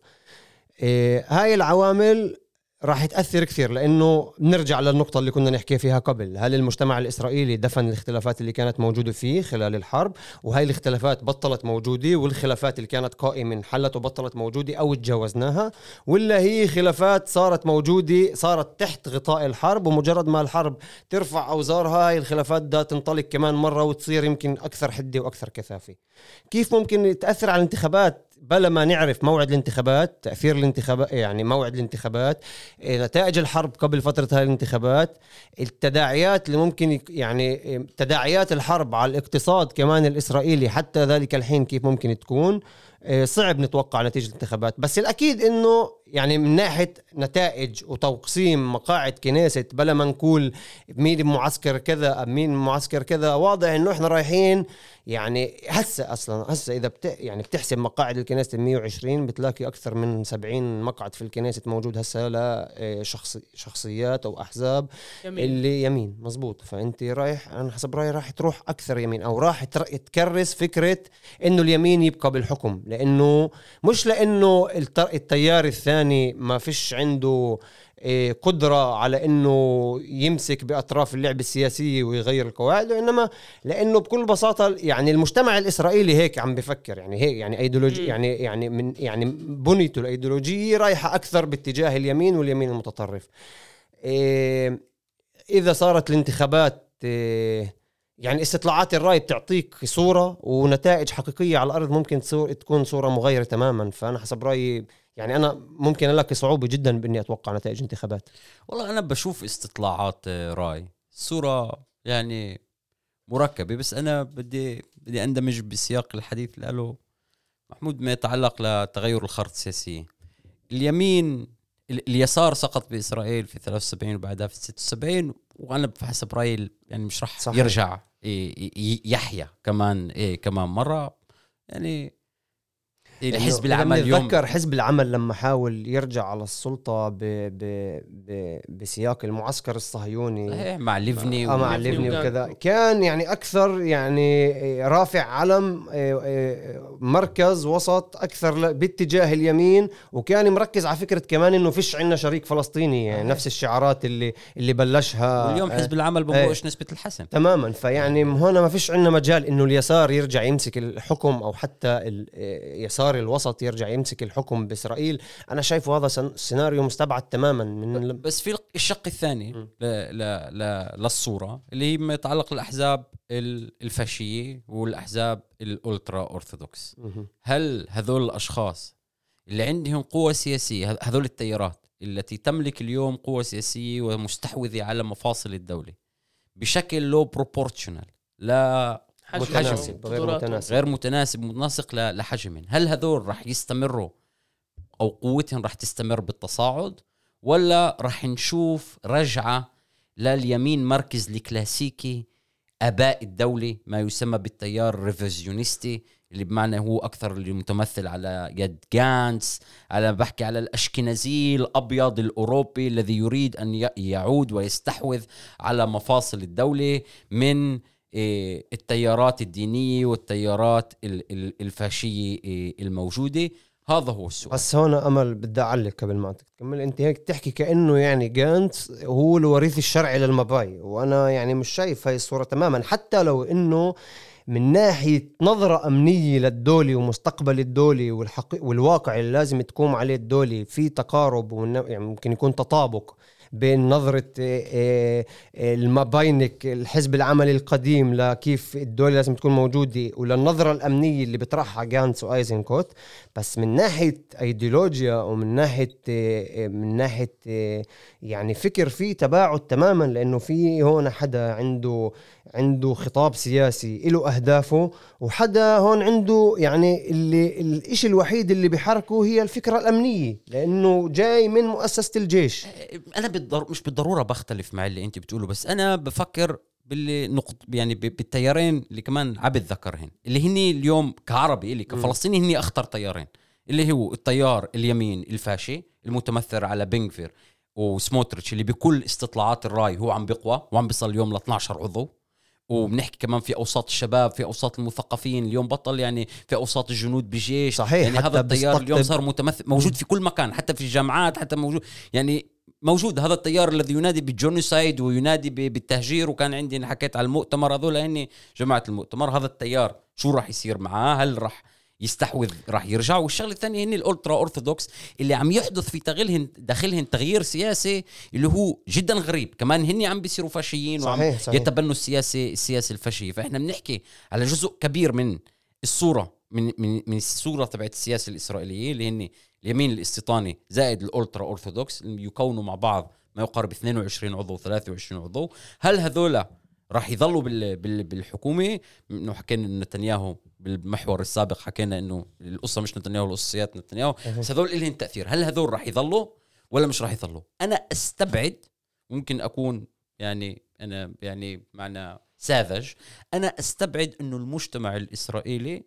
إيه هاي العوامل راح تأثر كثير، لأنه نرجع للنقطة اللي كنا نحكي فيها قبل. هل المجتمع الإسرائيلي دفن الاختلافات اللي كانت موجودة فيه خلال الحرب، وهاي الاختلافات بطلت موجودة، والخلافات اللي كانت قائمة حلت وبطلت موجودة أو تجاوزناها، ولا هي خلافات صارت موجودة صارت تحت غطاء الحرب، ومجرد ما الحرب ترفع أوزارها هاي الخلافات دا تنطلق كمان مرة وتصير يمكن أكثر حدة وأكثر كثافة. كيف ممكن تأثر على الانتخابات بلا ما نعرف موعد الانتخابات، تأثير الانتخابات يعني موعد الانتخابات، نتائج الحرب قبل فترة هاي الانتخابات، التداعيات اللي ممكن يعني تداعيات الحرب على الاقتصاد كمان الإسرائيلي حتى ذلك الحين كيف ممكن تكون؟ صعب نتوقع نتيجة الانتخابات. بس الأكيد إنه يعني من ناحية نتائج وتقسيم مقاعد كنيسة بلا ما نقول مين معسكر كذا مين معسكر كذا، واضح إنه إحنا رايحين يعني هسه أصلا هسه إذا بت يعني بتحسب مقاعد الكنيسة مية وعشرين بتلاقي أكثر من سبعين مقعد في الكنيسة موجود هسه لشخص شخصيات أو أحزاب يمين. اللي يمين مزبوط. فأنت رايح أنا حسب رأيي راح تروح أكثر يمين، أو راح تكرس فكرة إنه اليمين يبقى بالحكم، لأنه مش لأنه التيار الثاني ما فيش عنده قدرة على إنه يمسك بأطراف اللعبة السياسية ويغير القواعد، وإنما لأنه بكل بساطة يعني المجتمع الإسرائيلي هيك عم بفكر، يعني هيك يعني أيديولوجي يعني يعني من يعني بنيته الأيديولوجية رايحة أكثر باتجاه اليمين واليمين المتطرف. إذا صارت الانتخابات يعني استطلاعات الرأي بتعطيك صورة ونتائج حقيقية على الأرض ممكن تكون صورة مغايرة تماما. فأنا حسب رأيي يعني أنا ممكن ألاقي صعوبة جدا بإني أتوقع نتائج انتخابات. والله أنا بشوف استطلاعات رأي صورة يعني مركبة، بس أنا بدي بدي أندمج بسياق الحديث اللي قاله محمود ما يتعلق لتغير الخارطة السياسية. اليمين اليسار سقط بإسرائيل في ثلاثة وسبعين وبعدها في ستة وسبعين، وأنا بحسب رأيي يعني مش رح صحيح. يرجع يحيى كمان إيه كمان مرة. يعني حزب العمل اليوم ذكر حزب العمل لما حاول يرجع على السلطة ب ب ب بسياق المعسكر الصهيوني مع ليفني مع, مع ليفني وكذا، كان يعني أكثر يعني رافع علم مركز وسط أكثر باتجاه اليمين، وكان مركز على فكرة كمان إنه فيش عنا شريك فلسطيني، يعني نفس الشعارات اللي اللي بلشها. واليوم حزب العمل بموقش نسبة الحسم تماما. فيعني هنا ما فيش عنا مجال إنه اليسار يرجع يمسك الحكم أو حتى اليسار الوسط يرجع يمسك الحكم بإسرائيل. أنا شايفه هذا سيناريو مستبعد تماما من. بس في الشق الثاني ل... ل... ل... للصورة اللي هي ما يتعلق الأحزاب الفاشية والأحزاب الأولترا أرثوذكس. هل هذول الأشخاص اللي عندهم قوة سياسية، هذول التيارات التي تملك اليوم قوة سياسية ومستحوذة على مفاصل الدولة بشكل لو بروبورشنال لا متناسب غير متناسب غير متناسب مناسق لحجمهم، هل هذول رح يستمروا أو قوتهم رح تستمر بالتصاعد، ولا رح نشوف رجعة لليمين مركز الكلاسيكي آباء الدولة، ما يسمى بالتيار الريفيزيونيستي، اللي بمعنى هو أكثر اللي متمثل على يد جانتس، على بحكي على الأشكنازي الأبيض الأوروبي الذي يريد أن يعود ويستحوذ على مفاصل الدولة من التيارات الدينية والتيارات الفاشية الموجودة. هذا هو السؤال. بس هون أمل بدي أعلق قبل ما تكمل. أنت هيك تحكي كأنه يعني جانتس هو الوريث الشرعي للمباي، وأنا يعني مش شايف هاي الصورة تماما، حتى لو إنه من ناحية نظرة أمنية للدولة ومستقبل الدولة والحقيقة والواقع اللي لازم تقوم عليه الدولة في تقارب، يعني ممكن يكون تطابق بين نظرة المباينك الحزب العملي القديم لكيف الدولة لازم تكون موجودة وللنظرة الأمنية اللي بترحها جانتس وآيزنكوت. بس من ناحية أيديولوجيا ومن ناحية من ناحية يعني فكر فيه تباعد تماما، لأنه في هون حدا عنده عنده خطاب سياسي له أهدافه، وحدا هون عنده يعني اللي الإشي الوحيد اللي بيحركه هي الفكرة الأمنية، لأنه جاي من مؤسسة الجيش. أنا بالضر... مش بالضرورة بختلف مع اللي أنت بتقوله، بس أنا بفكر باللي نقط يعني بالتيارين اللي كمان عبد ذكرهن، اللي هني اليوم كعربي اللي كفلسطيني هني أخطر تيارين، اللي هو التيار اليمين الفاشي المتمثل على بنغفير وسموتريتش، اللي بكل استطلاعات الرأي هو عم بقوى وعم بيصل اليوم ل اثنا عشر عضو. وبنحكي كمان في أوساط الشباب، في أوساط المثقفين، اليوم بطل يعني في أوساط الجنود بجيش. صحيح. يعني هذا التيار اليوم صار متمثل موجود في كل مكان، حتى في الجامعات، حتى موجود يعني موجود هذا التيار الذي ينادي بالجونوسايد وينادي بالتهجير. وكان عندي حكيت على المؤتمر هذول هني جماعة المؤتمر، هذا التيار شو راح يصير معاه؟ هل راح يستحوذ؟ راح يرجع؟ والشغله الثانيه هني الالترا اورثودوكس اللي عم يحدث في تغييرهن داخلهن تغيير سياسي اللي هو جدا غريب، كمان هني عم بيصيروا فاشيين وعم صحيح صحيح. يتبنوا السياسه السياسه الفاشيه. فاحنا بنحكي على جزء كبير من الصوره من من من الصوره تبعت السياسه الاسرائيليه اللي هن اليمين الاستيطاني زائد الالترا اورثودوكس اللي يكونوا مع بعض ما يقارب اثنين وعشرين عضو ثلاثة وعشرين عضو. هل هذولا راح يظلوا بالحكومة؟ إنه حكينا نتنياهو بالمحور السابق، حكينا إنه القصة مش نتنياهو، القصيات نتنياهو، بس هذول إلهن تأثير. هل هذول راح يظلوا ولا مش راح يظلوا؟ أنا أستبعد، ممكن أكون يعني أنا يعني معنا ساذج، أنا أستبعد إنه المجتمع الإسرائيلي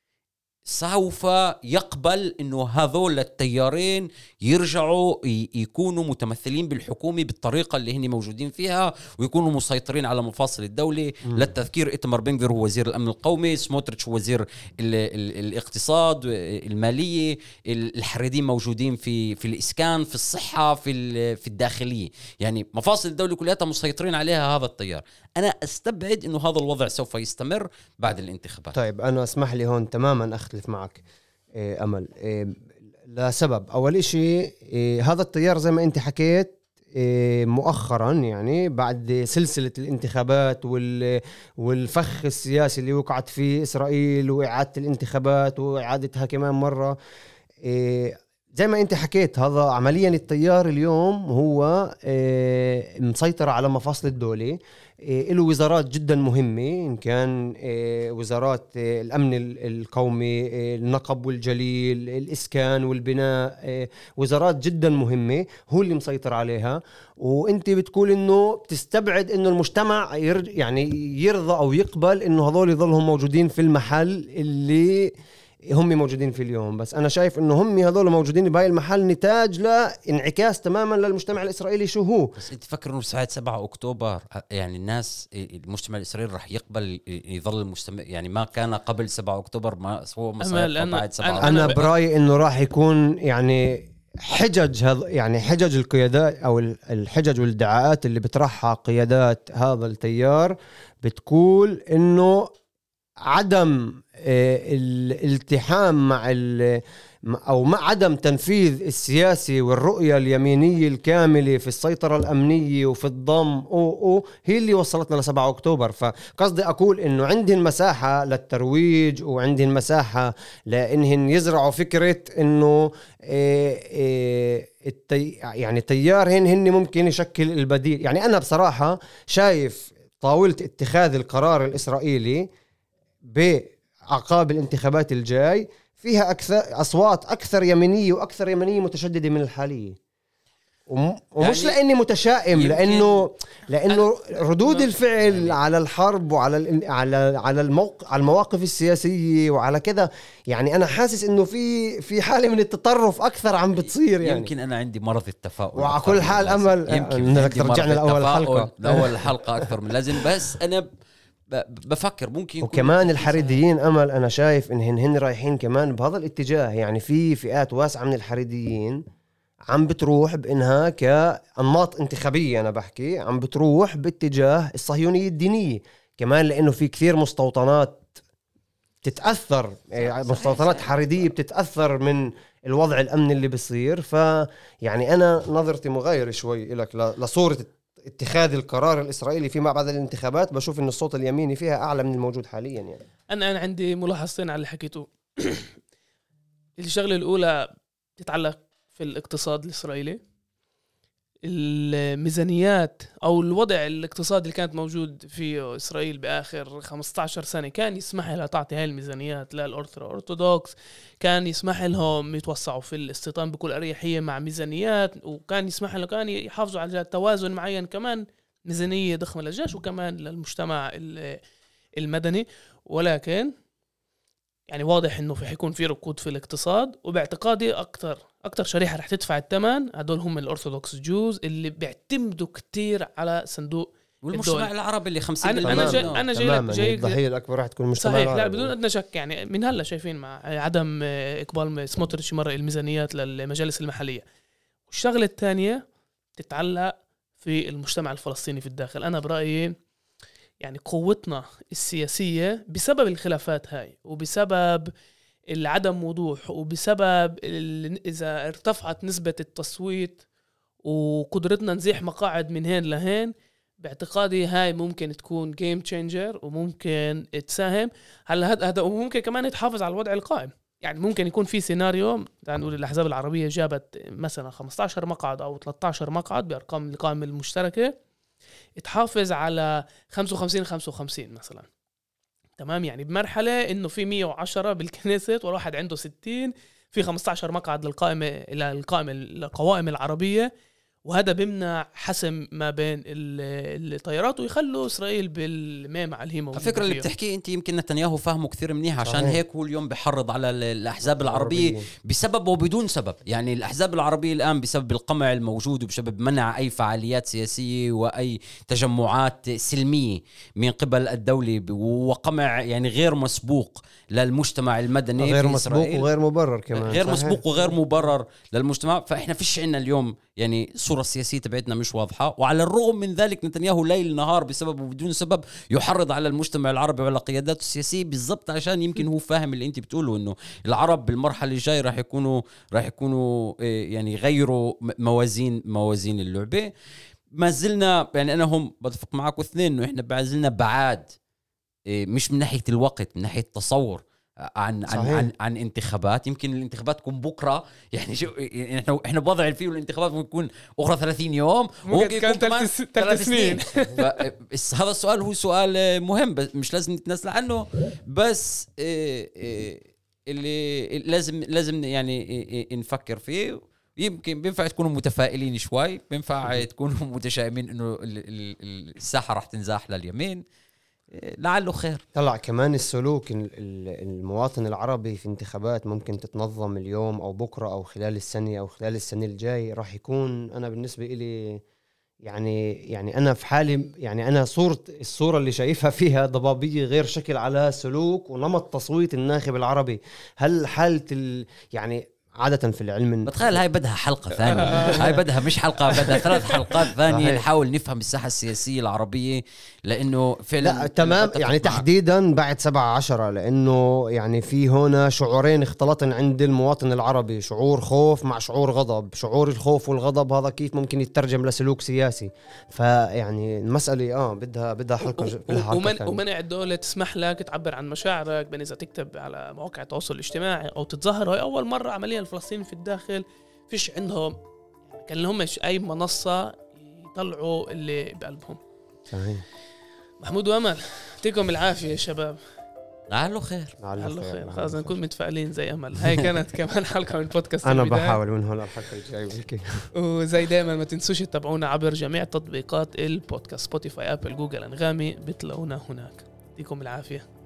سوف يقبل إنه هذول التيارين يرجعوا يكونوا متمثلين بالحكومة بالطريقة اللي هني موجودين فيها ويكونوا مسيطرين على مفاصل الدولة. للتذكير إتمار بنغفير هو وزير الأمن القومي، سموتريتش هو وزير ال ال الاقتصاد المالية، الحريدين موجودين في في الإسكان، في الصحة، في في الداخلية، يعني مفاصل الدولة كلها مسيطرين عليها هذا التيار. أنا أستبعد إنه هذا الوضع سوف يستمر بعد الانتخابات. طيب أنا أسمح لي هون تماما أختلف معك إيه أمل، إيه لسبب. أول إشي إيه هذا التيار زي ما أنت حكيت إيه مؤخرا يعني بعد سلسلة الانتخابات والفخ السياسي اللي وقعت فيه إسرائيل وإعادة الانتخابات وإعادتها كمان مرة، إيه زي ما انت حكيت هذا عمليا التيار اليوم هو اه مسيطر على مفاصل الدولة. اه له وزارات جدا مهمة، إن كان اه وزارات اه الأمن القومي، اه النقب والجليل، الإسكان والبناء، اه وزارات جدا مهمة هو اللي مسيطر عليها. وانت بتقول انه بتستبعد انه المجتمع يرج يعني يرضى او يقبل انه هذول يظلهم موجودين في المحل اللي هم موجودين في اليوم. بس أنا شايف إنه هم هذول موجودين بهاي المحل نتاج لانعكاس تماما للمجتمع الإسرائيلي شو هو. بس أنت فكر إنه ساعة سبعة أكتوبر يعني الناس المجتمع الإسرائيلي رح يقبل يظل المجتمع يعني ما كان قبل سبعة أكتوبر ما هو ما بعد سبعة أكتوبر. أنا برأيي إنه راح يكون يعني حجج هذا يعني حجج القيادات أو الحجج والادعاءات اللي بترحها قيادات هذا التيار بتقول إنه عدم الالتحام مع أو مع عدم تنفيذ السياسي والرؤية اليمينية الكاملة في السيطرة الأمنية وفي الضم أو أو هي اللي وصلتنا لسبعة أكتوبر. فقصدي أقول إنه عندهن مساحة للترويج وعندهن مساحة لإنهن يزرعوا فكرة إنه التي يعني تيارهن هن ممكن يشكل البديل. يعني أنا بصراحة شايف طاولة اتخاذ القرار الإسرائيلي بعقاب الانتخابات الجاي فيها أكثر أصوات أكثر يمينية وأكثر يمينية متشددة من الحالية. وم- ومش يعني لاني متشائم، يمكن- لانه لانه ردود أنا- الفعل يعني- على الحرب وعلى ال- على على الموقع على المواقف السياسيه وعلى كذا، يعني انا حاسس انه في في حاله من التطرف اكثر عم بتصير يعني. يمكن انا عندي مرض التفاؤل وعلى أكثر كل من حال اللازم. امل يمكن انك عندي مرض رجعنا لاول التفاؤل حلقه لاول الحلقه اكثر من اللازم. بس انا ب- ب- بفكر ممكن يكون وكمان في الحريديين امل انا شايف انهن هن رايحين كمان بهذا الاتجاه، يعني في فئات واسعه من الحريديين عم بتروح بانها كانماط انتخابيه، انا بحكي عم بتروح باتجاه الصهيونيه الدينيه كمان، لانه في كثير مستوطنات تتاثر، يعني مستوطنات حريديه بتتاثر من الوضع الامني اللي بيصير. فيعني انا نظرتي مغايره شوي لك لصوره اتخاذ القرار الاسرائيلي فيما بعد الانتخابات. بشوف ان الصوت اليميني فيها اعلى من الموجود حاليا يعني. انا انا عندي ملاحظتين على اللي حكيته. الشغله الاولى تتعلق في الاقتصاد الاسرائيلي. الميزانيات او الوضع الاقتصادي اللي كانت موجود فيه اسرائيل باخر خمسة عشر سنه كان يسمح لها تعطي هاي الميزانيات للأرثوذكس، كان يسمح لهم يتوسعوا في الاستيطان بكل اريحيه مع ميزانيات، وكان يسمح لهم كان يحافظوا على توازن معين، كمان ميزانيه ضخمه للجيش وكمان للمجتمع المدني. ولكن يعني واضح انه في حيكون في ركود في الاقتصاد، وباعتقادي اكتر اكتر شريحه رح تدفع الثمن هدول هم الأرثوذكس جوز اللي بيعتمدوا كتير على صندوق والمجتمع الدول. العربي اللي خمسين انا بالمية انا جاي منه. انا جاي تماما جاي الضحيه الاكبر رح تكون المجتمع صحيح. لا العربي. بدون ادنى شك، يعني من هلا شايفين مع عدم اقبال سموتريتش مره الميزانيات للمجالس المحليه. والشغله الثانيه تتعلق في المجتمع الفلسطيني في الداخل. انا برايي يعني قوتنا السياسيه بسبب الخلافات هاي، وبسبب العدم وضوح، وبسبب اذا ارتفعت نسبه التصويت وقدرتنا نزيح مقاعد من هين لهين، باعتقادي هاي ممكن تكون جيم تشينجر وممكن تساهم. هلا هذا هذا وممكن كمان تحافظ على الوضع القائم. يعني ممكن يكون في سيناريو نقول الاحزاب العربيه جابت مثلا خمسة عشر مقعد او ثلاثة عشر مقعد بارقام القائمه المشتركه، تحافظ على خمسة وخمسين خمسة وخمسين مثلا. تمام، يعني بمرحله انه في مية وعشرة بالكنيست والواحد عنده ستين، في خمسة عشر مقعد للقائمه الى القائمه القوائم العربيه، وهذا بيمنع حسم ما بين التيارات ويخلوا اسرائيل بالميمة اللي هي موجوده. الفكره اللي بتحكيه انت يمكن نتنياهو فاهمه كثير منيح، عشان صحيح. هيك هو اليوم بحرض على الاحزاب العربيه بسبب وبدون سبب. يعني الاحزاب العربيه الان بسبب القمع الموجود وبسبب منع اي فعاليات سياسيه واي تجمعات سلميه من قبل الدوله، وقمع يعني غير مسبوق للمجتمع المدني، غير مسبوق وغير مبرر كمان، غير صحيح. مسبوق وغير مبرر للمجتمع. فاحنا فيش عنا اليوم يعني الصورة السياسية تبعتنا مش واضحة، وعلى الرغم من ذلك نتنياهو ليل نهار بسبب وبدون سبب يحرض على المجتمع العربي وعلى قياداته السياسية، بالضبط عشان يمكن هو فاهم اللي انت بتقوله، انه العرب بالمرحلة الجاية راح يكونوا راح يكونوا يعني غيروا موازين موازين اللعبة. ما زلنا يعني انا هم بتفق معاكم اثنين انه احنا بعزلنا بعاد، مش من ناحية الوقت، من ناحية التصور عن عن, عن عن انتخابات. يمكن الانتخابات تكون بكره، يعني شو يعني احنا احنا بوضع الفيه الانتخابات ممكن تكون اخرى ثلاثين يوم، ممكن كان ثلاث ثلاث سنين. هذا السؤال هو سؤال مهم، بس مش لازم نتنازل عنه. بس اللي لازم لازم يعني نفكر فيه. يمكن بينفع تكونوا متفائلين شوي، بينفع تكونوا متشائمين انه الساحه راح تنزاح لليمين، لعله خير. طلع كمان السلوك المواطن العربي في انتخابات ممكن تتنظم اليوم أو بكرة أو خلال السنة أو خلال السنة الجاي، راح يكون أنا بالنسبة إلي يعني يعني أنا في حالي، يعني أنا صورة الصورة اللي شايفها فيها ضبابية غير شكل على سلوك ونمط تصويت الناخب العربي. هل حالة يعني عادة في العلم بتخيل هاي بدها حلقة ثانية هاي بدها مش حلقة، بدها ثلاث حلقات ثانية نحاول نفهم الساحة السياسية العربية، لأنه فعلا لا تمام يعني تحديدا بعد سبعة عشرة، لأنه يعني في هنا شعورين اختلطن عند المواطن العربي، شعور خوف مع شعور غضب. شعور الخوف والغضب هذا كيف ممكن يترجم لسلوك سياسي؟ فيعني المسألة اه بدها بدها حلقة ومن ومنع الدولة تسمح لك تعبر عن مشاعرك بين إذا تكتب على مواقع التواصل الاجتماعي أو تتظاهر. هاي أول مرة عمليا الفلسطينيين في الداخل فيش عندهم كان لهم أي منصة يطلعوا اللي بقلبهم. صحيح. محمود وأمل يعطيكم العافية يا شباب. لعله خير. لعله خير. خلاص نكون متفائلين زي امل. هاي كانت كمان حلقه من بودكاست انا البداية. بحاول من هون الحلقه الجايه. وزي دائما ما تنسوش تتابعونا عبر جميع تطبيقات البودكاست، سبوتيفاي، ابل، جوجل، انغامي، بتلاقونا هناك. يعطيكم العافيه.